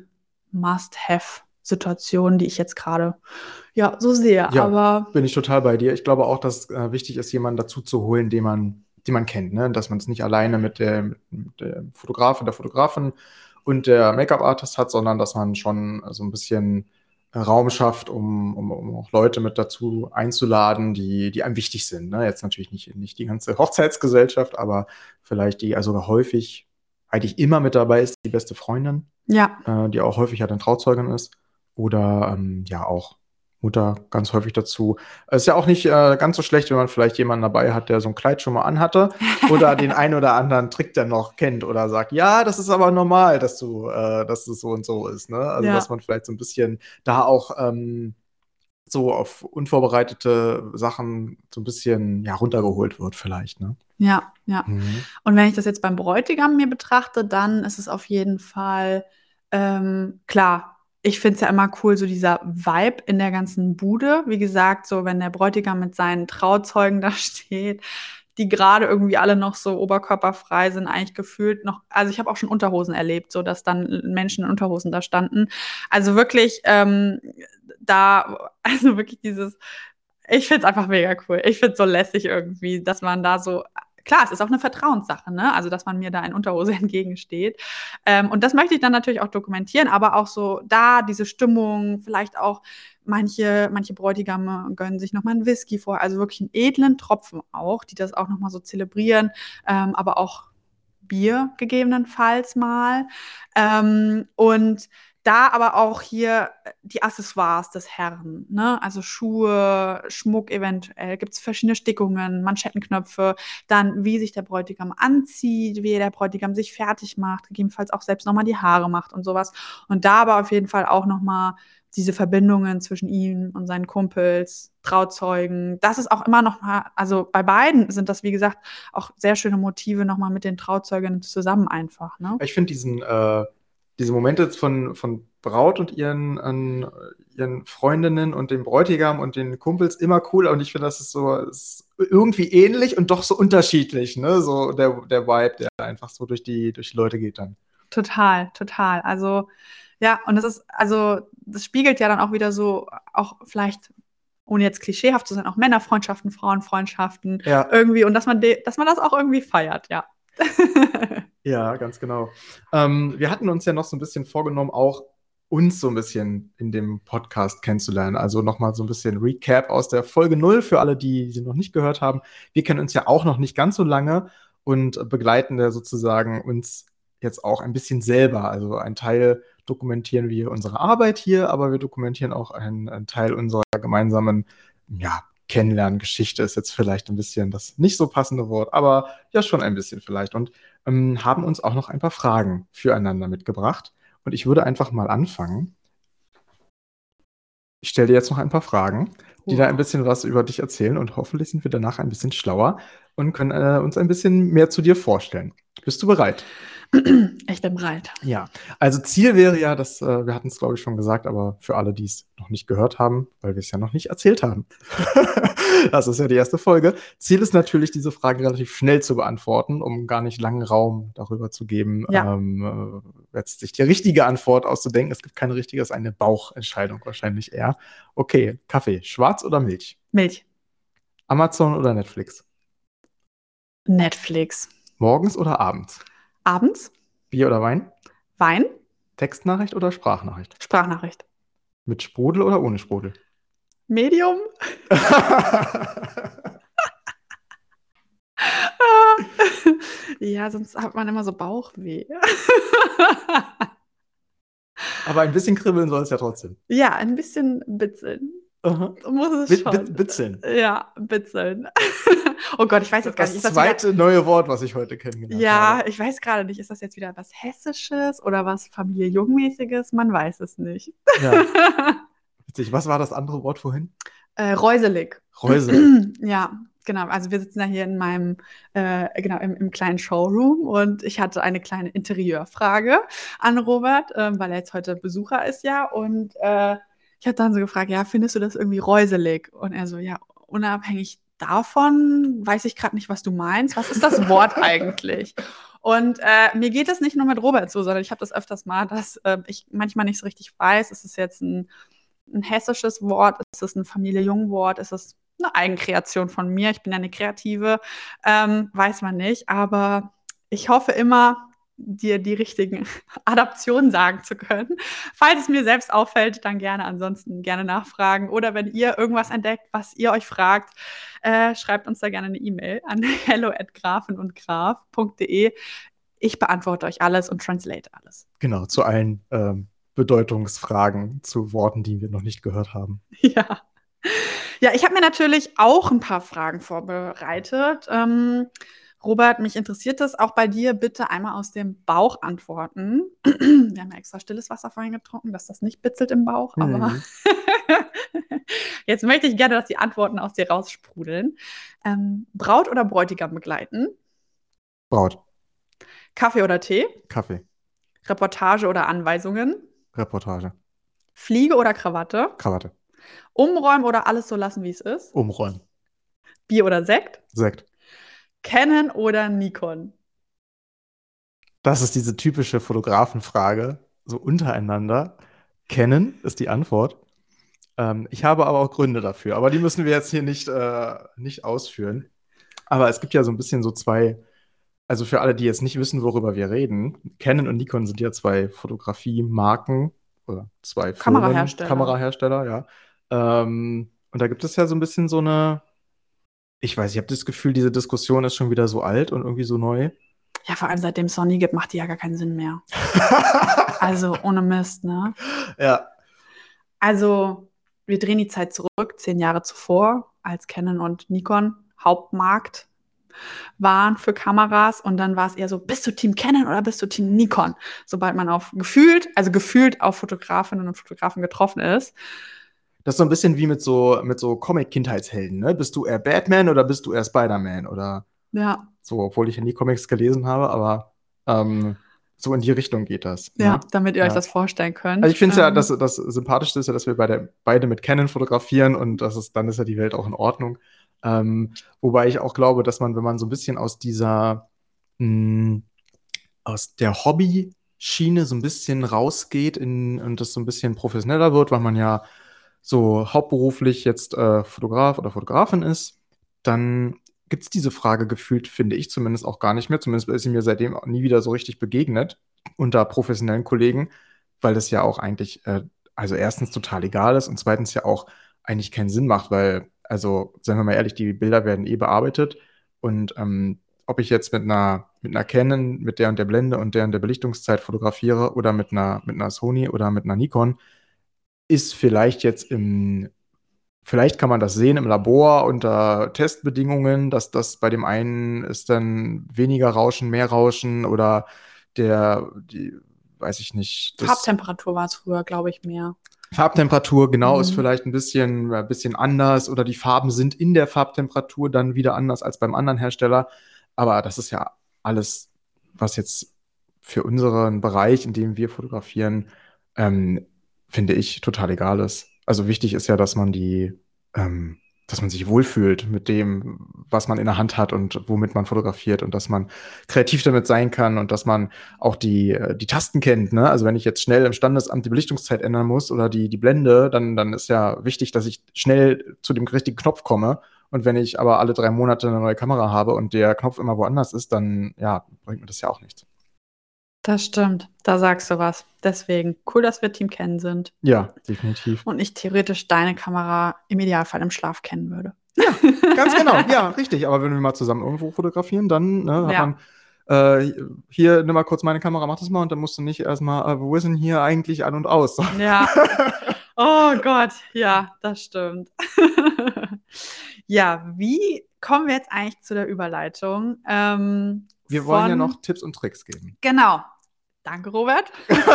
Must-have-Situationen, die ich jetzt gerade ja so sehe. Ja, Aber bin ich total bei dir. Ich glaube auch, dass äh, wichtig ist, jemanden dazu zu holen, den man, den man kennt, ne? Dass man es nicht alleine mit der, mit der Fotografin, der Fotografin und der Make-up-Artist hat, sondern dass man schon so ein bisschen äh, Raum schafft, um, um, um auch Leute mit dazu einzuladen, die, die einem wichtig sind. Ne? Jetzt natürlich nicht, nicht die ganze Hochzeitsgesellschaft, aber vielleicht die, also häufig, eigentlich immer mit dabei ist, die beste Freundin, ja, äh, die auch häufig ja dann Trauzeugin ist. Oder ähm, ja auch Mutter ganz häufig dazu. Es ist ja auch nicht äh, ganz so schlecht, wenn man vielleicht jemanden dabei hat, der so ein Kleid schon mal anhatte oder den einen oder anderen Trick dann noch kennt oder sagt, ja, das ist aber normal, dass du, äh, dass es so und so ist. Ne? Also dass ja, man vielleicht so ein bisschen da auch ähm, so auf unvorbereitete Sachen so ein bisschen ja, runtergeholt wird vielleicht. Ne? ja, ja. Mhm. Und wenn ich das jetzt beim Bräutigam mir betrachte, dann ist es auf jeden Fall ähm, klar. Ich finde es ja immer cool, so dieser Vibe in der ganzen Bude. Wie gesagt, so wenn der Bräutigam mit seinen Trauzeugen da steht, die gerade irgendwie alle noch so oberkörperfrei sind, eigentlich gefühlt noch. Also ich habe auch schon Unterhosen erlebt, so dass dann Menschen in Unterhosen da standen. Also wirklich ähm, da, also wirklich dieses. Ich finde es einfach mega cool. Ich finde es so lässig irgendwie, dass man da so. Klar, es ist auch eine Vertrauenssache, ne? Also, dass man mir da in Unterhose entgegensteht. Ähm, und das möchte ich dann natürlich auch dokumentieren, aber auch so da diese Stimmung, vielleicht auch manche, manche Bräutigame gönnen sich nochmal einen Whisky vor, also wirklich einen edlen Tropfen auch, die das auch nochmal so zelebrieren, ähm, aber auch Bier gegebenenfalls mal. Ähm, und da aber auch hier die Accessoires des Herrn, ne? Also Schuhe, Schmuck eventuell, gibt es verschiedene Stickungen, Manschettenknöpfe, dann wie sich der Bräutigam anzieht, wie der Bräutigam sich fertig macht, gegebenenfalls auch selbst nochmal die Haare macht und sowas. Und da aber auf jeden Fall auch nochmal diese Verbindungen zwischen ihm und seinen Kumpels, Trauzeugen, das ist auch immer noch mal, also bei beiden sind das, wie gesagt, auch sehr schöne Motive nochmal mit den Trauzeugen zusammen einfach, ne? Ich finde diesen, äh, diese Momente von, von Braut und ihren, an, ihren Freundinnen und dem Bräutigam und den Kumpels immer cool. Und ich finde, das ist so ist irgendwie ähnlich und doch so unterschiedlich, ne? So der, der Vibe, der einfach so durch die, durch die Leute geht dann. Total, total. Also, ja, und das ist, also, das spiegelt ja dann auch wieder so, auch vielleicht, ohne jetzt klischeehaft zu sein, auch Männerfreundschaften, Frauenfreundschaften Ja, irgendwie und dass man, de dass man das auch irgendwie feiert, ja. ja, ganz genau. Ähm, wir hatten uns ja noch so ein bisschen vorgenommen, auch uns so ein bisschen in dem Podcast kennenzulernen. Also nochmal so ein bisschen Recap aus der Folge null für alle, die sie noch nicht gehört haben. Wir kennen uns ja auch noch nicht ganz so lange und begleiten da sozusagen uns jetzt auch ein bisschen selber. Also ein Teil dokumentieren wir unsere Arbeit hier, aber wir dokumentieren auch einen, einen Teil unserer gemeinsamen, ja, Kennenlerngeschichte ist jetzt vielleicht ein bisschen das nicht so passende Wort, aber ja schon ein bisschen vielleicht. Und ähm, haben uns auch noch ein paar Fragen füreinander mitgebracht. Und ich würde einfach mal anfangen. Ich stelle dir jetzt noch ein paar Fragen, die da ein bisschen was über dich erzählen und hoffentlich sind wir danach ein bisschen schlauer und können äh, uns ein bisschen mehr zu dir vorstellen. Bist du bereit? Ich bin bereit. Ja, also Ziel wäre ja, dass, äh, wir hatten es glaube ich schon gesagt, aber für alle, die es noch nicht gehört haben, weil wir es ja noch nicht erzählt haben. Das ist ja die erste Folge. Ziel ist natürlich, diese Fragen relativ schnell zu beantworten, um gar nicht langen Raum darüber zu geben, Ja. ähm, äh, jetzt sich die richtige Antwort auszudenken. Es gibt keine richtige, es ist eine Bauchentscheidung wahrscheinlich eher. Okay, Kaffee, schwarz oder Milch? Milch. Amazon oder Netflix? Netflix. Morgens oder abends? Abends. Bier oder Wein? Wein. Textnachricht oder Sprachnachricht? Sprachnachricht. Mit Sprudel oder ohne Sprudel? Medium. Ja, sonst hat man immer so Bauchweh. Aber ein bisschen kribbeln soll es ja trotzdem. Ja, ein bisschen bitzeln. Aha. Muss es Bit- schon. bit- bitzeln. Ja, bitzeln. Oh Gott, ich weiß jetzt gar nicht. Das Ist das wieder, zweite neue Wort, was ich heute kennengelernt ja, habe. ich weiß gerade nicht. Ist das jetzt wieder was Hessisches oder was Familie Jungmäßiges? Man weiß es nicht. Ja. Witzig. Was war das andere Wort vorhin? Äh, Reuselig. Reuselig. Ja, genau. Also wir sitzen ja hier in meinem, äh, genau, im, im kleinen Showroom und ich hatte eine kleine Interieurfrage an Robert, ähm, weil er jetzt heute Besucher ist ja. Und äh, ich habe dann so gefragt, ja, findest du das irgendwie reuselig? Und er so, ja, unabhängig davon weiß ich gerade nicht, was du meinst. Was ist das Wort eigentlich? Und äh, mir geht es nicht nur mit Robert so, sondern ich habe das öfters mal, dass äh, ich manchmal nicht so richtig weiß, ist es jetzt ein ein hessisches Wort? Ist es ein Familie-Jung-Wort? Ist es eine Eigenkreation von mir? Ich bin ja eine Kreative, ähm, weiß man nicht. Aber ich hoffe immer, dir die richtigen Adaptionen sagen zu können. Falls es mir selbst auffällt, dann gerne ansonsten gerne nachfragen. Oder wenn ihr irgendwas entdeckt, was ihr euch fragt, äh, schreibt uns da gerne eine E-Mail an hello at grafenundgraf punkt de. Ich beantworte euch alles und translate alles. Genau, zu allen ähm, Bedeutungsfragen zu Worten, die wir noch nicht gehört haben. Ja. Ja, ich habe mir natürlich auch ein paar Fragen vorbereitet. Ähm, Robert, mich interessiert das auch bei dir. Bitte einmal aus dem Bauch antworten. Wir haben ja extra stilles Wasser vorhin getrunken, dass das nicht bitzelt im Bauch. Aber Mhm. jetzt möchte ich gerne, dass die Antworten aus dir raussprudeln. Ähm, Braut oder Bräutigam begleiten? Braut, Kaffee oder Tee? Kaffee, Reportage oder Anweisungen? Reportage, Fliege oder Krawatte? Krawatte, Umräumen oder alles so lassen, wie es ist? umräumen, Bier oder Sekt? Sekt. Canon oder Nikon? Das ist diese typische Fotografenfrage, so untereinander. Kennen ist die Antwort. Ähm, ich habe aber auch Gründe dafür, aber die müssen wir jetzt hier nicht, äh, nicht ausführen. Aber es gibt ja so ein bisschen so zwei, also für alle, die jetzt nicht wissen, worüber wir reden, Canon und Nikon sind ja zwei Fotografie-Marken oder zwei Firmen, Kamerahersteller. Kamerahersteller, ja. Ähm, und da gibt es ja so ein bisschen so eine, ich weiß, ich habe das Gefühl, diese Diskussion ist schon wieder so alt und irgendwie so neu. Ja, vor allem seitdem es Sony gibt, macht die ja gar keinen Sinn mehr. Also ohne Mist, ne? Ja, Also wir drehen die Zeit zurück, zehn Jahre zuvor, als Canon und Nikon Hauptmarkt waren für Kameras. Und dann war es eher so, bist du Team Canon oder bist du Team Nikon? Sobald man auf gefühlt, also gefühlt auf Fotografinnen und Fotografen getroffen ist. das ist so ein bisschen wie mit so, mit so Comic-Kindheitshelden, ne? Bist du eher Batman oder bist du eher Spider-Man? Oder Ja, so, obwohl ich ja nie Comics gelesen habe, aber ähm, so in die Richtung geht das. ja, Ne? damit ihr euch Ja. das vorstellen könnt. Also ich finde es ja, Ähm, das, das Sympathischste ist ja, dass wir beide, beide mit Canon fotografieren und das ist, dann ist ja die Welt auch in Ordnung. Ähm, wobei ich auch glaube, dass man, wenn man so ein bisschen aus dieser, mh, aus der Hobby-Schiene so ein bisschen rausgeht in, und das so ein bisschen professioneller wird, weil man ja so hauptberuflich jetzt äh, Fotograf oder Fotografin ist, dann gibt es diese Frage gefühlt, finde ich zumindest auch gar nicht mehr. Zumindest ist sie mir seitdem auch nie wieder so richtig begegnet unter professionellen Kollegen, weil das ja auch eigentlich, äh, also erstens total egal ist und zweitens ja auch eigentlich keinen Sinn macht, weil, also, seien wir mal ehrlich, die Bilder werden eh bearbeitet und ähm, ob ich jetzt mit einer, mit einer Canon, mit der und der Blende und der und der Belichtungszeit fotografiere oder mit einer, mit einer Sony oder mit einer Nikon, ist vielleicht jetzt im, vielleicht kann man das sehen im Labor unter Testbedingungen, dass das bei dem einen ist dann weniger Rauschen, mehr Rauschen oder der, die, weiß ich nicht, das Farbtemperatur war es früher, glaube ich, mehr. Farbtemperatur, genau, ist Mhm. vielleicht ein bisschen, ein bisschen anders oder die Farben sind in der Farbtemperatur dann wieder anders als beim anderen Hersteller. Aber das ist ja alles, was jetzt für unseren Bereich, in dem wir fotografieren, ähm, finde ich, total egal ist. Also wichtig ist ja, dass man die, ähm, dass man sich wohlfühlt mit dem, was man in der Hand hat und womit man fotografiert und dass man kreativ damit sein kann und dass man auch die, äh, die Tasten kennt. Ne? Also wenn ich jetzt schnell im Standesamt die Belichtungszeit ändern muss oder die, die Blende, dann, dann ist ja wichtig, dass ich schnell zu dem richtigen Knopf komme. Und wenn ich aber alle drei Monate eine neue Kamera habe und der Knopf immer woanders ist, dann ja, bringt mir das ja auch nichts. Das stimmt, da sagst du was. Deswegen, cool, dass wir Team Canon sind. Ja, definitiv. Und ich theoretisch deine Kamera im Idealfall im Schlaf kennen würde. Ja, ganz genau. Ja, richtig. Aber wenn wir mal zusammen irgendwo fotografieren, dann ne, hat Ja. man äh, hier, nimm mal kurz meine Kamera, mach das mal und dann musst du nicht erstmal, äh, wo ist denn hier eigentlich an und aus? Ja. Oh Gott, ja, das stimmt. Ja, wie kommen wir jetzt eigentlich zu der Überleitung? Ähm, Wir wollen ja von- noch Tipps und Tricks geben. Genau. Danke, Robert.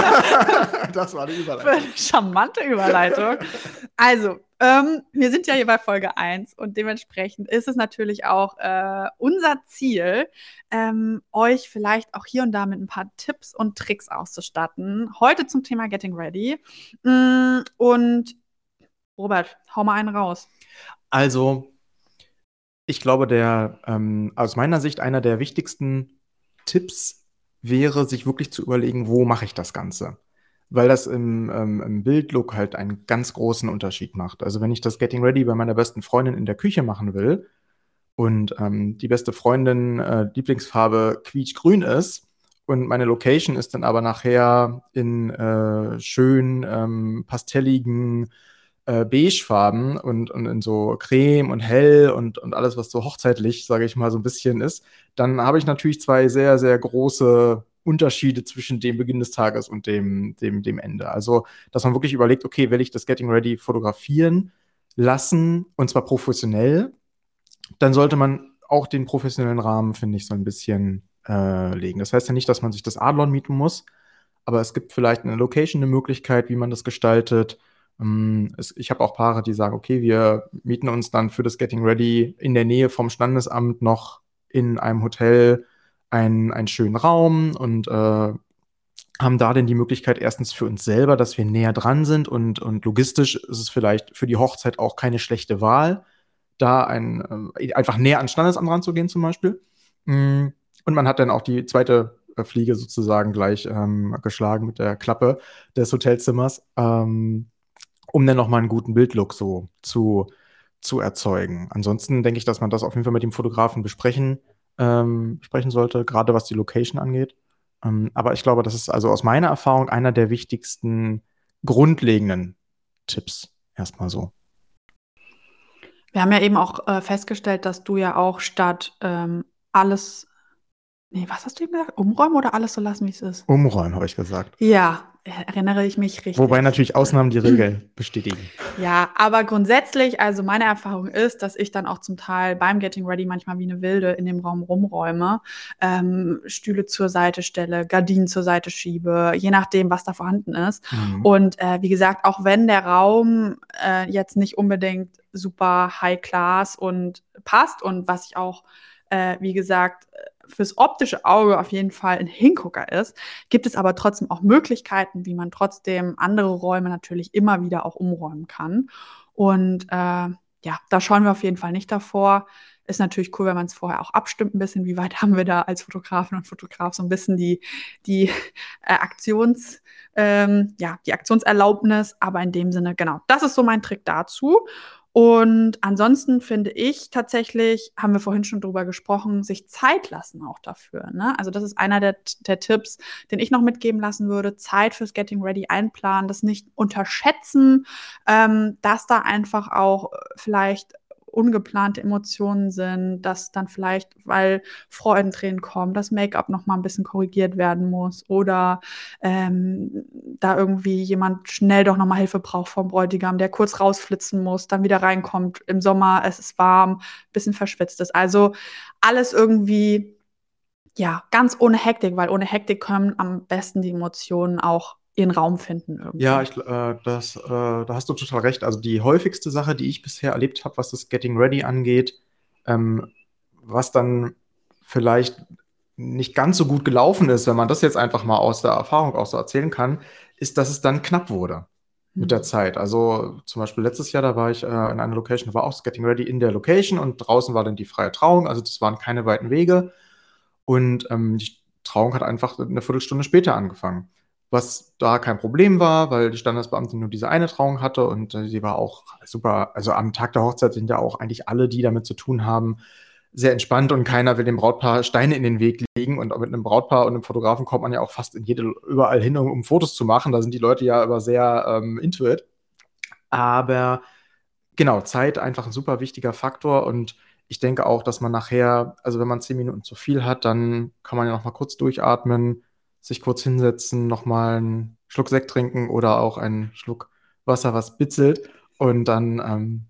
Das war die Für Überleitung. eine charmante Überleitung. Also, ähm, wir sind ja hier bei Folge eins und dementsprechend ist es natürlich auch äh, unser Ziel, ähm, euch vielleicht auch hier und da mit ein paar Tipps und Tricks auszustatten. Heute zum Thema Getting Ready. Mm, Und Robert, hau mal einen raus. Also, ich glaube, der ähm, aus meiner Sicht einer der wichtigsten Tipps wäre, sich wirklich zu überlegen, wo mache ich das Ganze? Weil das im, ähm, im Bildlook halt einen ganz großen Unterschied macht. Also wenn ich das Getting Ready bei meiner besten Freundin in der Küche machen will und ähm, die beste Freundin äh, Lieblingsfarbe quietschgrün ist und meine Location ist dann aber nachher in äh, schön ähm, pastelligen äh, Beigefarben und, und in so Creme und hell und, und alles, was so hochzeitlich, sage ich mal, so ein bisschen ist, dann habe ich natürlich zwei sehr, sehr große Unterschiede zwischen dem Beginn des Tages und dem, dem, dem Ende. Also, dass man wirklich überlegt, okay, will ich das Getting Ready fotografieren lassen und zwar professionell, dann sollte man auch den professionellen Rahmen, finde ich, so ein bisschen äh, legen. Das heißt ja nicht, dass man sich das Adlon mieten muss, aber es gibt vielleicht eine Location, eine Möglichkeit, wie man das gestaltet. Ähm, es, ich habe auch Paare, die sagen, okay, wir mieten uns dann für das Getting Ready in der Nähe vom Standesamt noch in einem Hotel einen, einen schönen Raum und äh, haben da denn die Möglichkeit erstens für uns selber, dass wir näher dran sind und, und logistisch ist es vielleicht für die Hochzeit auch keine schlechte Wahl, da ein, äh, einfach näher an Standesamt ranzugehen zum Beispiel. Mm, Und man hat dann auch die zweite äh, Fliege sozusagen gleich ähm, geschlagen mit der Klappe des Hotelzimmers, ähm, um dann nochmal einen guten Bildlook so zu, zu erzeugen. Ansonsten denke ich, dass man das auf jeden Fall mit dem Fotografen besprechen, ähm, besprechen sollte, gerade was die Location angeht. Ähm, aber ich glaube, das ist also aus meiner Erfahrung einer der wichtigsten grundlegenden Tipps. Erstmal so. Wir haben ja eben auch äh, festgestellt, dass du ja auch statt ähm, alles, nee, was hast du eben gesagt? Umräumen oder alles so lassen, wie es ist? Umräumen, habe ich gesagt. Ja, erinnere ich mich richtig. Wobei natürlich Ausnahmen die Regel bestätigen. Ja, aber grundsätzlich, also meine Erfahrung ist, dass ich dann auch zum Teil beim Getting Ready manchmal wie eine Wilde in dem Raum rumräume, ähm, Stühle zur Seite stelle, Gardinen zur Seite schiebe, je nachdem, was da vorhanden ist. Mhm. Und äh, wie gesagt, auch wenn der Raum äh, jetzt nicht unbedingt super high class und passt und was ich auch, äh, wie gesagt, fürs optische Auge auf jeden Fall ein Hingucker ist, gibt es aber trotzdem auch Möglichkeiten, wie man trotzdem andere Räume natürlich immer wieder auch umräumen kann. Und äh, ja, da schauen wir auf jeden Fall nicht davor. Ist natürlich cool, wenn man es vorher auch abstimmt ein bisschen, wie weit haben wir da als Fotografin und Fotograf so ein bisschen die, die äh, Aktions, ähm, ja, die Aktionserlaubnis. Aber in dem Sinne, genau, das ist so mein Trick dazu. Und ansonsten finde ich tatsächlich, haben wir vorhin schon drüber gesprochen, sich Zeit lassen auch dafür. Ne? Also das ist einer der, der Tipps, den ich noch mitgeben lassen würde. Zeit fürs Getting Ready einplanen, das nicht unterschätzen, ähm, dass da einfach auch vielleicht ungeplante Emotionen sind, dass dann vielleicht, weil Freudentränen kommen, das Make-up noch mal ein bisschen korrigiert werden muss oder ähm, da irgendwie jemand schnell doch noch mal Hilfe braucht vom Bräutigam, der kurz rausflitzen muss, dann wieder reinkommt im Sommer, es ist warm, bisschen verschwitzt ist. Also alles irgendwie, ja, ganz ohne Hektik, weil ohne Hektik können am besten die Emotionen auch ihren Raum finden Ja, irgendwie. ich, äh, das, äh, da hast du total recht. Also die häufigste Sache, die ich bisher erlebt habe, was das Getting Ready angeht, ähm, was dann vielleicht nicht ganz so gut gelaufen ist, wenn man das jetzt einfach mal aus der Erfahrung auch so erzählen kann, ist, dass es dann knapp wurde mit der Hm. Zeit. Also zum Beispiel letztes Jahr, da war ich äh, in einer Location, da war auch das Getting Ready in der Location und draußen war dann die freie Trauung. Also das waren keine weiten Wege. Und ähm, die Trauung hat einfach eine Viertelstunde später angefangen. Was da kein Problem war, weil die Standesbeamtin nur diese eine Trauung hatte und äh, sie war auch super. Also am Tag der Hochzeit sind ja auch eigentlich alle, die damit zu tun haben, sehr entspannt und keiner will dem Brautpaar Steine in den Weg legen. Und mit einem Brautpaar und einem Fotografen kommt man ja auch fast in jede, überall hin, um, um Fotos zu machen. Da sind die Leute ja aber sehr ähm, into it. Aber genau, Zeit einfach ein super wichtiger Faktor und ich denke auch, dass man nachher, also wenn man zehn Minuten zu viel hat, dann kann man ja noch mal kurz durchatmen, sich kurz hinsetzen, noch mal einen Schluck Sekt trinken oder auch einen Schluck Wasser, was bitzelt und dann ähm,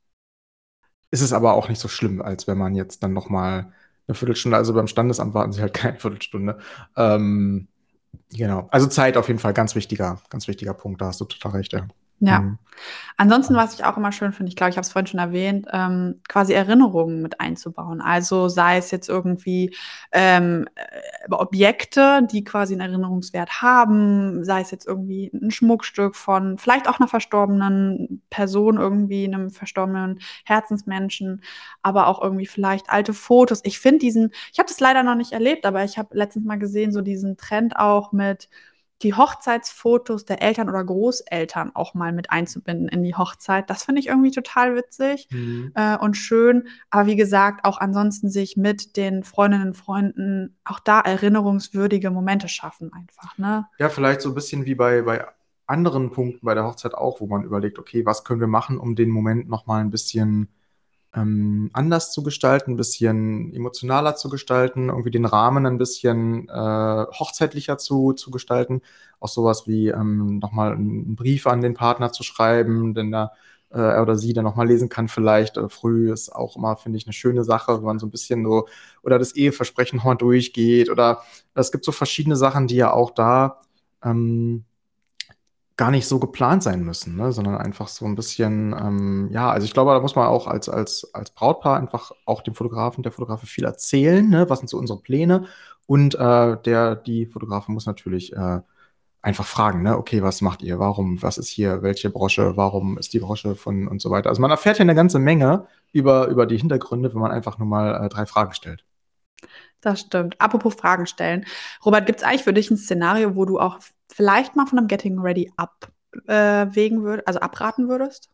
ist es aber auch nicht so schlimm, als wenn man jetzt dann noch mal eine Viertelstunde, also beim Standesamt warten sie halt keine Viertelstunde. Ähm, genau, also Zeit auf jeden Fall ganz wichtiger, ganz wichtiger Punkt, da hast du total recht, ja. Ja. Mhm. Ansonsten, was ich auch immer schön finde, ich glaube, ich habe es vorhin schon erwähnt, ähm, quasi Erinnerungen mit einzubauen. Also sei es jetzt irgendwie ähm, äh, Objekte, die quasi einen Erinnerungswert haben, sei es jetzt irgendwie ein Schmuckstück von vielleicht auch einer verstorbenen Person, irgendwie einem verstorbenen Herzensmenschen, aber auch irgendwie vielleicht alte Fotos. Ich finde diesen, ich habe das leider noch nicht erlebt, aber ich habe letztens mal gesehen, so diesen Trend auch mit die Hochzeitsfotos der Eltern oder Großeltern auch mal mit einzubinden in die Hochzeit. Das finde ich irgendwie total witzig Mhm. äh, und schön. Aber wie gesagt, auch ansonsten sich mit den Freundinnen und Freunden auch da erinnerungswürdige Momente schaffen einfach, ne? Ja, vielleicht so ein bisschen wie bei, bei anderen Punkten bei der Hochzeit auch, wo man überlegt, okay, was können wir machen, um den Moment noch mal ein bisschen ähm, anders zu gestalten, ein bisschen emotionaler zu gestalten, irgendwie den Rahmen ein bisschen äh, hochzeitlicher zu, zu gestalten. Auch sowas wie ähm, noch mal einen Brief an den Partner zu schreiben, den da äh, er oder sie dann noch mal lesen kann vielleicht. Äh, früh ist auch immer, finde ich, eine schöne Sache, wenn man so ein bisschen so oder das Eheversprechen noch mal durchgeht oder es gibt so verschiedene Sachen, die ja auch da ähm, gar nicht so geplant sein müssen, ne? Sondern einfach so ein bisschen, ähm, ja, also ich glaube, da muss man auch als, als, als Brautpaar einfach auch dem Fotografen, der Fotografin viel erzählen, ne? Was sind so unsere Pläne? Und äh, der, die Fotografin muss natürlich äh, einfach fragen, ne? Okay, was macht ihr? Warum? Was ist hier? Welche Brosche? Warum ist die Brosche von und so weiter? Also man erfährt ja eine ganze Menge über, über die Hintergründe, wenn man einfach nur mal äh, drei Fragen stellt. Das stimmt. Apropos Fragen stellen. Robert, gibt es eigentlich für dich ein Szenario, wo du auch vielleicht mal von einem Getting Ready abwägen würdest, also abraten würdest?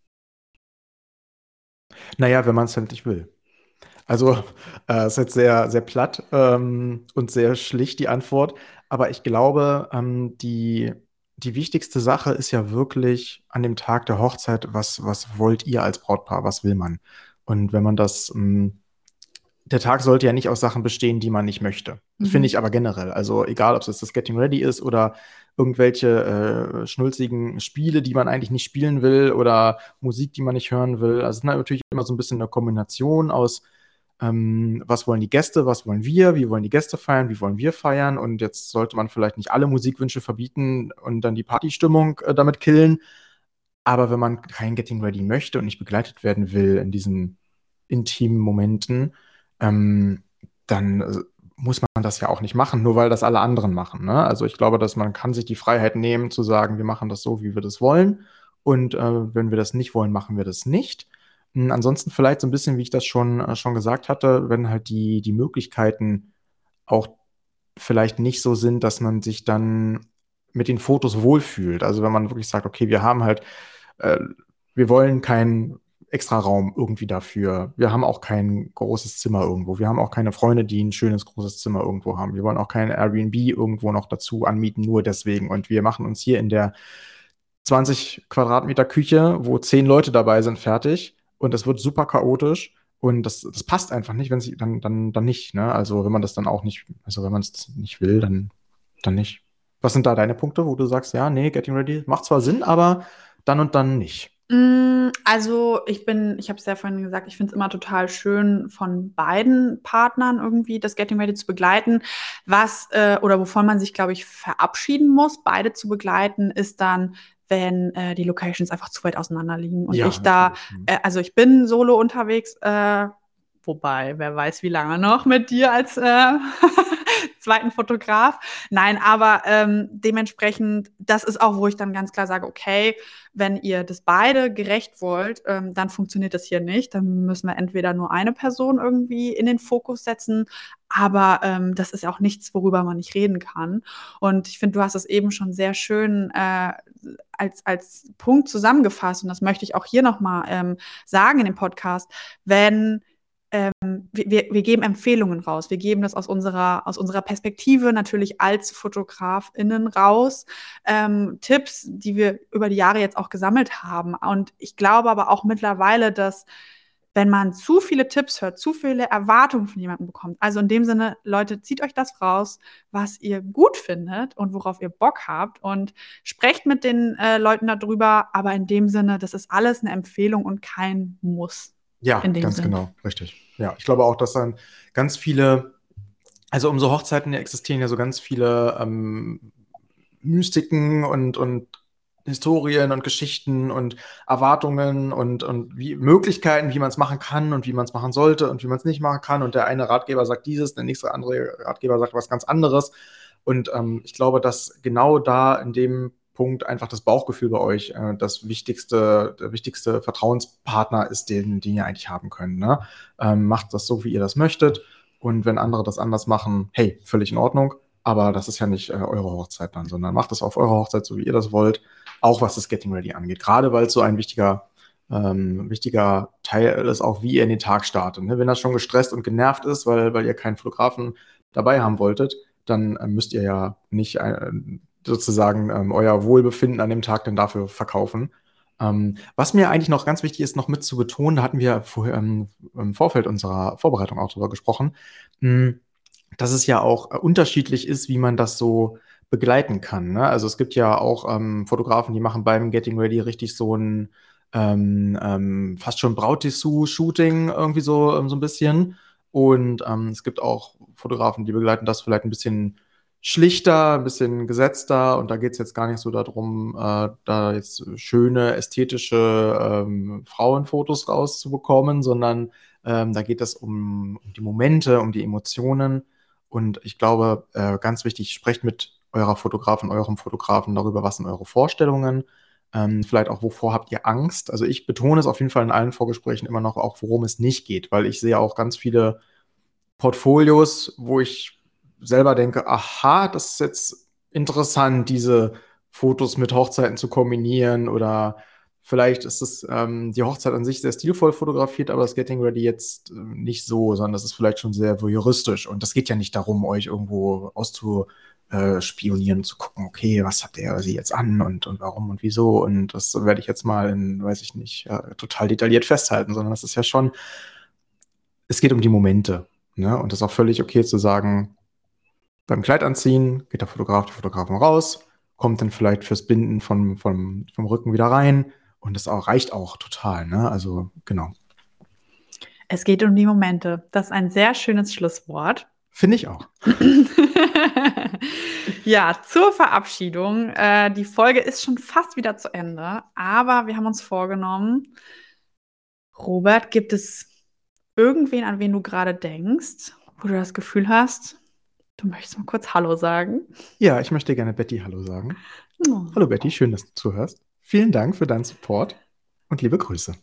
Naja, wenn man es halt nicht will. Also, äh, ist jetzt sehr, sehr platt ähm, und sehr schlicht die Antwort. Aber ich glaube, ähm, die, die wichtigste Sache ist ja wirklich an dem Tag der Hochzeit, was, was wollt ihr als Brautpaar, was will man? Und wenn man das, ähm, der Tag sollte ja nicht aus Sachen bestehen, die man nicht möchte. Das finde Mhm. ich aber generell. Also egal, ob es jetzt das Getting Ready ist oder irgendwelche äh, schnulzigen Spiele, die man eigentlich nicht spielen will oder Musik, die man nicht hören will. Also es ist natürlich immer so ein bisschen eine Kombination aus ähm, was wollen die Gäste, was wollen wir, wie wollen die Gäste feiern, wie wollen wir feiern und jetzt sollte man vielleicht nicht alle Musikwünsche verbieten und dann die Partystimmung äh, damit killen, aber wenn man kein Getting Ready möchte und nicht begleitet werden will in diesen intimen Momenten, ähm, dann äh, muss man das ja auch nicht machen, nur weil das alle anderen machen. Ne? Also ich glaube, dass man kann sich die Freiheit nehmen zu sagen, wir machen das so, wie wir das wollen und äh, wenn wir das nicht wollen, machen wir das nicht. Hm, ansonsten vielleicht so ein bisschen, wie ich das schon, äh, schon gesagt hatte, wenn halt die, die Möglichkeiten auch vielleicht nicht so sind, dass man sich dann mit den Fotos wohlfühlt. Also wenn man wirklich sagt, okay, wir haben halt, äh, wir wollen kein extra Raum irgendwie dafür. Wir haben auch kein großes Zimmer irgendwo. Wir haben auch keine Freunde, die ein schönes großes Zimmer irgendwo haben. Wir wollen auch kein Airbnb irgendwo noch dazu anmieten, nur deswegen. Und wir machen uns hier in der zwanzig Quadratmeter Küche, wo zehn Leute dabei sind, fertig. Und das wird super chaotisch. Und das, das passt einfach nicht, wenn sie dann, dann, dann nicht, ne? Also wenn man das dann auch nicht, also wenn man es nicht will, dann, dann nicht. Was sind da deine Punkte, wo du sagst, ja, nee, Getting Ready macht zwar Sinn, aber dann und dann nicht? Mm, Also ich bin, ich habe es ja vorhin gesagt, ich finde es immer total schön, von beiden Partnern irgendwie das Getting Ready zu begleiten. Was äh, oder wovon man sich, glaube ich, verabschieden muss, beide zu begleiten, ist dann, wenn äh, die Locations einfach zu weit auseinander liegen und Ja, ich da, natürlich. Hm. äh, also ich bin solo unterwegs, äh, wobei, wer weiß, wie lange noch mit dir als äh, zweiten Fotograf. Nein, aber ähm, dementsprechend, das ist auch, wo ich dann ganz klar sage, okay, wenn ihr das beide gerecht wollt, ähm, dann funktioniert das hier nicht. Dann müssen wir entweder nur eine Person irgendwie in den Fokus setzen, aber ähm, das ist auch nichts, worüber man nicht reden kann. Und ich finde, du hast es eben schon sehr schön äh, als, als Punkt zusammengefasst. Und das möchte ich auch hier nochmal ähm, sagen in dem Podcast. Wenn wir, wir geben Empfehlungen raus. Wir geben das aus unserer, aus unserer Perspektive natürlich als FotografInnen raus. Ähm, Tipps, die wir über die Jahre jetzt auch gesammelt haben. Und ich glaube aber auch mittlerweile, dass wenn man zu viele Tipps hört, zu viele Erwartungen von jemandem bekommt. Also in dem Sinne, Leute, zieht euch das raus, was ihr gut findet und worauf ihr Bock habt und sprecht mit den äh, Leuten darüber. Aber in dem Sinne, das ist alles eine Empfehlung und kein Muss. Ja, In dem ganz Sinn. genau, richtig. Ja, ich glaube auch, dass dann ganz viele, also um so Hochzeiten ja existieren ja so ganz viele ähm, Mystiken und, und Historien und Geschichten und Erwartungen und, und wie, Möglichkeiten, wie man es machen kann und wie man es machen sollte und wie man es nicht machen kann. Und der eine Ratgeber sagt dieses, der nächste andere Ratgeber sagt was ganz anderes. Und ähm, ich glaube, dass genau da in dem Punkt einfach das Bauchgefühl bei euch äh, das wichtigste, der wichtigste Vertrauenspartner ist, den, den ihr eigentlich haben könnt. Ne? Ähm, macht das so, wie ihr das möchtet. Und wenn andere das anders machen, hey, völlig in Ordnung. Aber das ist ja nicht äh, eure Hochzeit dann, sondern macht es auf eurer Hochzeit, so wie ihr das wollt. Auch was das Getting Ready angeht. Gerade weil es so ein wichtiger, ähm, wichtiger Teil ist, auch wie ihr in den Tag startet. Ne? Wenn das schon gestresst und genervt ist, weil, weil ihr keinen Fotografen dabei haben wolltet, dann äh, müsst ihr ja nicht äh, sozusagen ähm, euer Wohlbefinden an dem Tag dann dafür verkaufen. Ähm, was mir eigentlich noch ganz wichtig ist, noch mit zu betonen, da hatten wir vorher, ähm, im Vorfeld unserer Vorbereitung auch drüber gesprochen, mh, dass es ja auch äh, unterschiedlich ist, wie man das so begleiten kann. Ne? Also es gibt ja auch ähm, Fotografen, die machen beim Getting Ready richtig so ein ähm, ähm, fast schon Brautdessous-Shooting irgendwie so, ähm, so ein bisschen. Und ähm, es gibt auch Fotografen, die begleiten das vielleicht ein bisschen schlichter, ein bisschen gesetzter. Und da geht es jetzt gar nicht so darum, äh, da jetzt schöne, ästhetische ähm, Frauenfotos rauszubekommen, sondern ähm, da geht es um, um die Momente, um die Emotionen. Und ich glaube, äh, ganz wichtig, sprecht mit eurer Fotografin, eurem Fotografen darüber, was sind eure Vorstellungen, ähm, vielleicht auch, wovor habt ihr Angst. Also ich betone es auf jeden Fall in allen Vorgesprächen immer noch auch, worum es nicht geht, weil ich sehe auch ganz viele Portfolios, wo ich selber denke, aha, das ist jetzt interessant, diese Fotos mit Hochzeiten zu kombinieren oder vielleicht ist es ähm, die Hochzeit an sich sehr stilvoll fotografiert, aber das Getting Ready jetzt äh, nicht so, sondern das ist vielleicht schon sehr voyeuristisch. Und das geht ja nicht darum, euch irgendwo auszuspionieren und zu gucken, okay, was hat der oder sie jetzt an und, und warum und wieso. Und das werde ich jetzt mal in, weiß ich nicht, ja, total detailliert festhalten, sondern das ist ja schon, es geht um die Momente. Ne? Und das ist auch völlig okay zu sagen, beim Kleid anziehen geht der Fotograf, die Fotografin raus, kommt dann vielleicht fürs Binden vom, vom, vom Rücken wieder rein. Und das auch, reicht auch total. Ne? Also, genau. Es geht um die Momente. Das ist ein sehr schönes Schlusswort. Finde ich auch. Ja, zur Verabschiedung. Äh, die Folge ist schon fast wieder zu Ende, aber wir haben uns vorgenommen, Robert, gibt es irgendwen, an wen du gerade denkst, wo du das Gefühl hast, du möchtest mal kurz Hallo sagen? Ja, ich möchte gerne Betty Hallo sagen. Oh. Hallo Betty, schön, dass du zuhörst. Vielen Dank für deinen Support und liebe Grüße.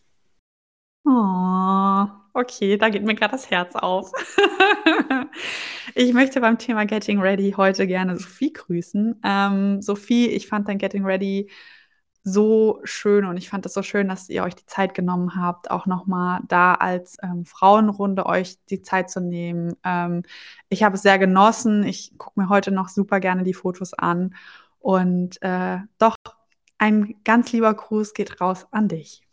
Oh, okay, da geht mir gerade das Herz auf. Ich möchte beim Thema Getting Ready heute gerne Sophie grüßen. Ähm, Sophie, ich fand dein Getting Ready so schön und ich fand das so schön, dass ihr euch die Zeit genommen habt, auch noch mal da als, ähm, Frauenrunde euch die Zeit zu nehmen. Ähm, ich habe es sehr genossen. Ich gucke mir heute noch super gerne die Fotos an und, äh, doch, ein ganz lieber Gruß geht raus an dich.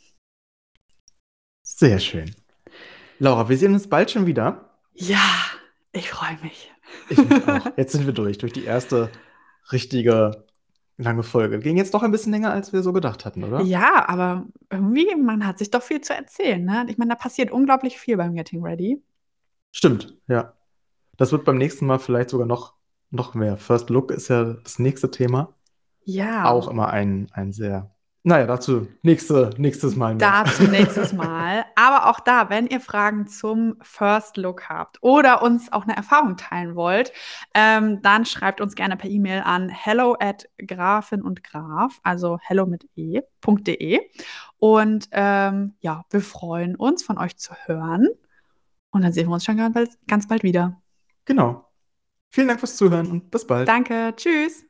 Sehr schön. Laura, wir sehen uns bald schon wieder. Ja, ich freue mich. Ich mich auch. Jetzt sind wir durch, durch die erste richtige lange Folge. Ging jetzt doch ein bisschen länger, als wir so gedacht hatten, oder? Ja, aber irgendwie man hat sich doch viel zu erzählen, ne? Ich meine, da passiert unglaublich viel beim Getting Ready. Stimmt, ja. Das wird beim nächsten Mal vielleicht sogar noch noch mehr. First Look ist ja das nächste Thema. Ja. Auch immer ein ein sehr na ja, dazu nächste nächstes Mal mehr. Dazu nächstes Mal. Aber auch da, wenn ihr Fragen zum First Look habt oder uns auch 'ne Erfahrung teilen wollt, ähm, dann schreibt uns gerne per E-Mail an hello at grafin und graf, also hello mit e, Punkt .de. Und, ähm, ja, wir freuen uns, von euch zu hören. Und dann sehen wir uns schon ganz bald ganz bald wieder. Genau. Vielen Dank fürs Zuhören und bis bald. Danke. Tschüss.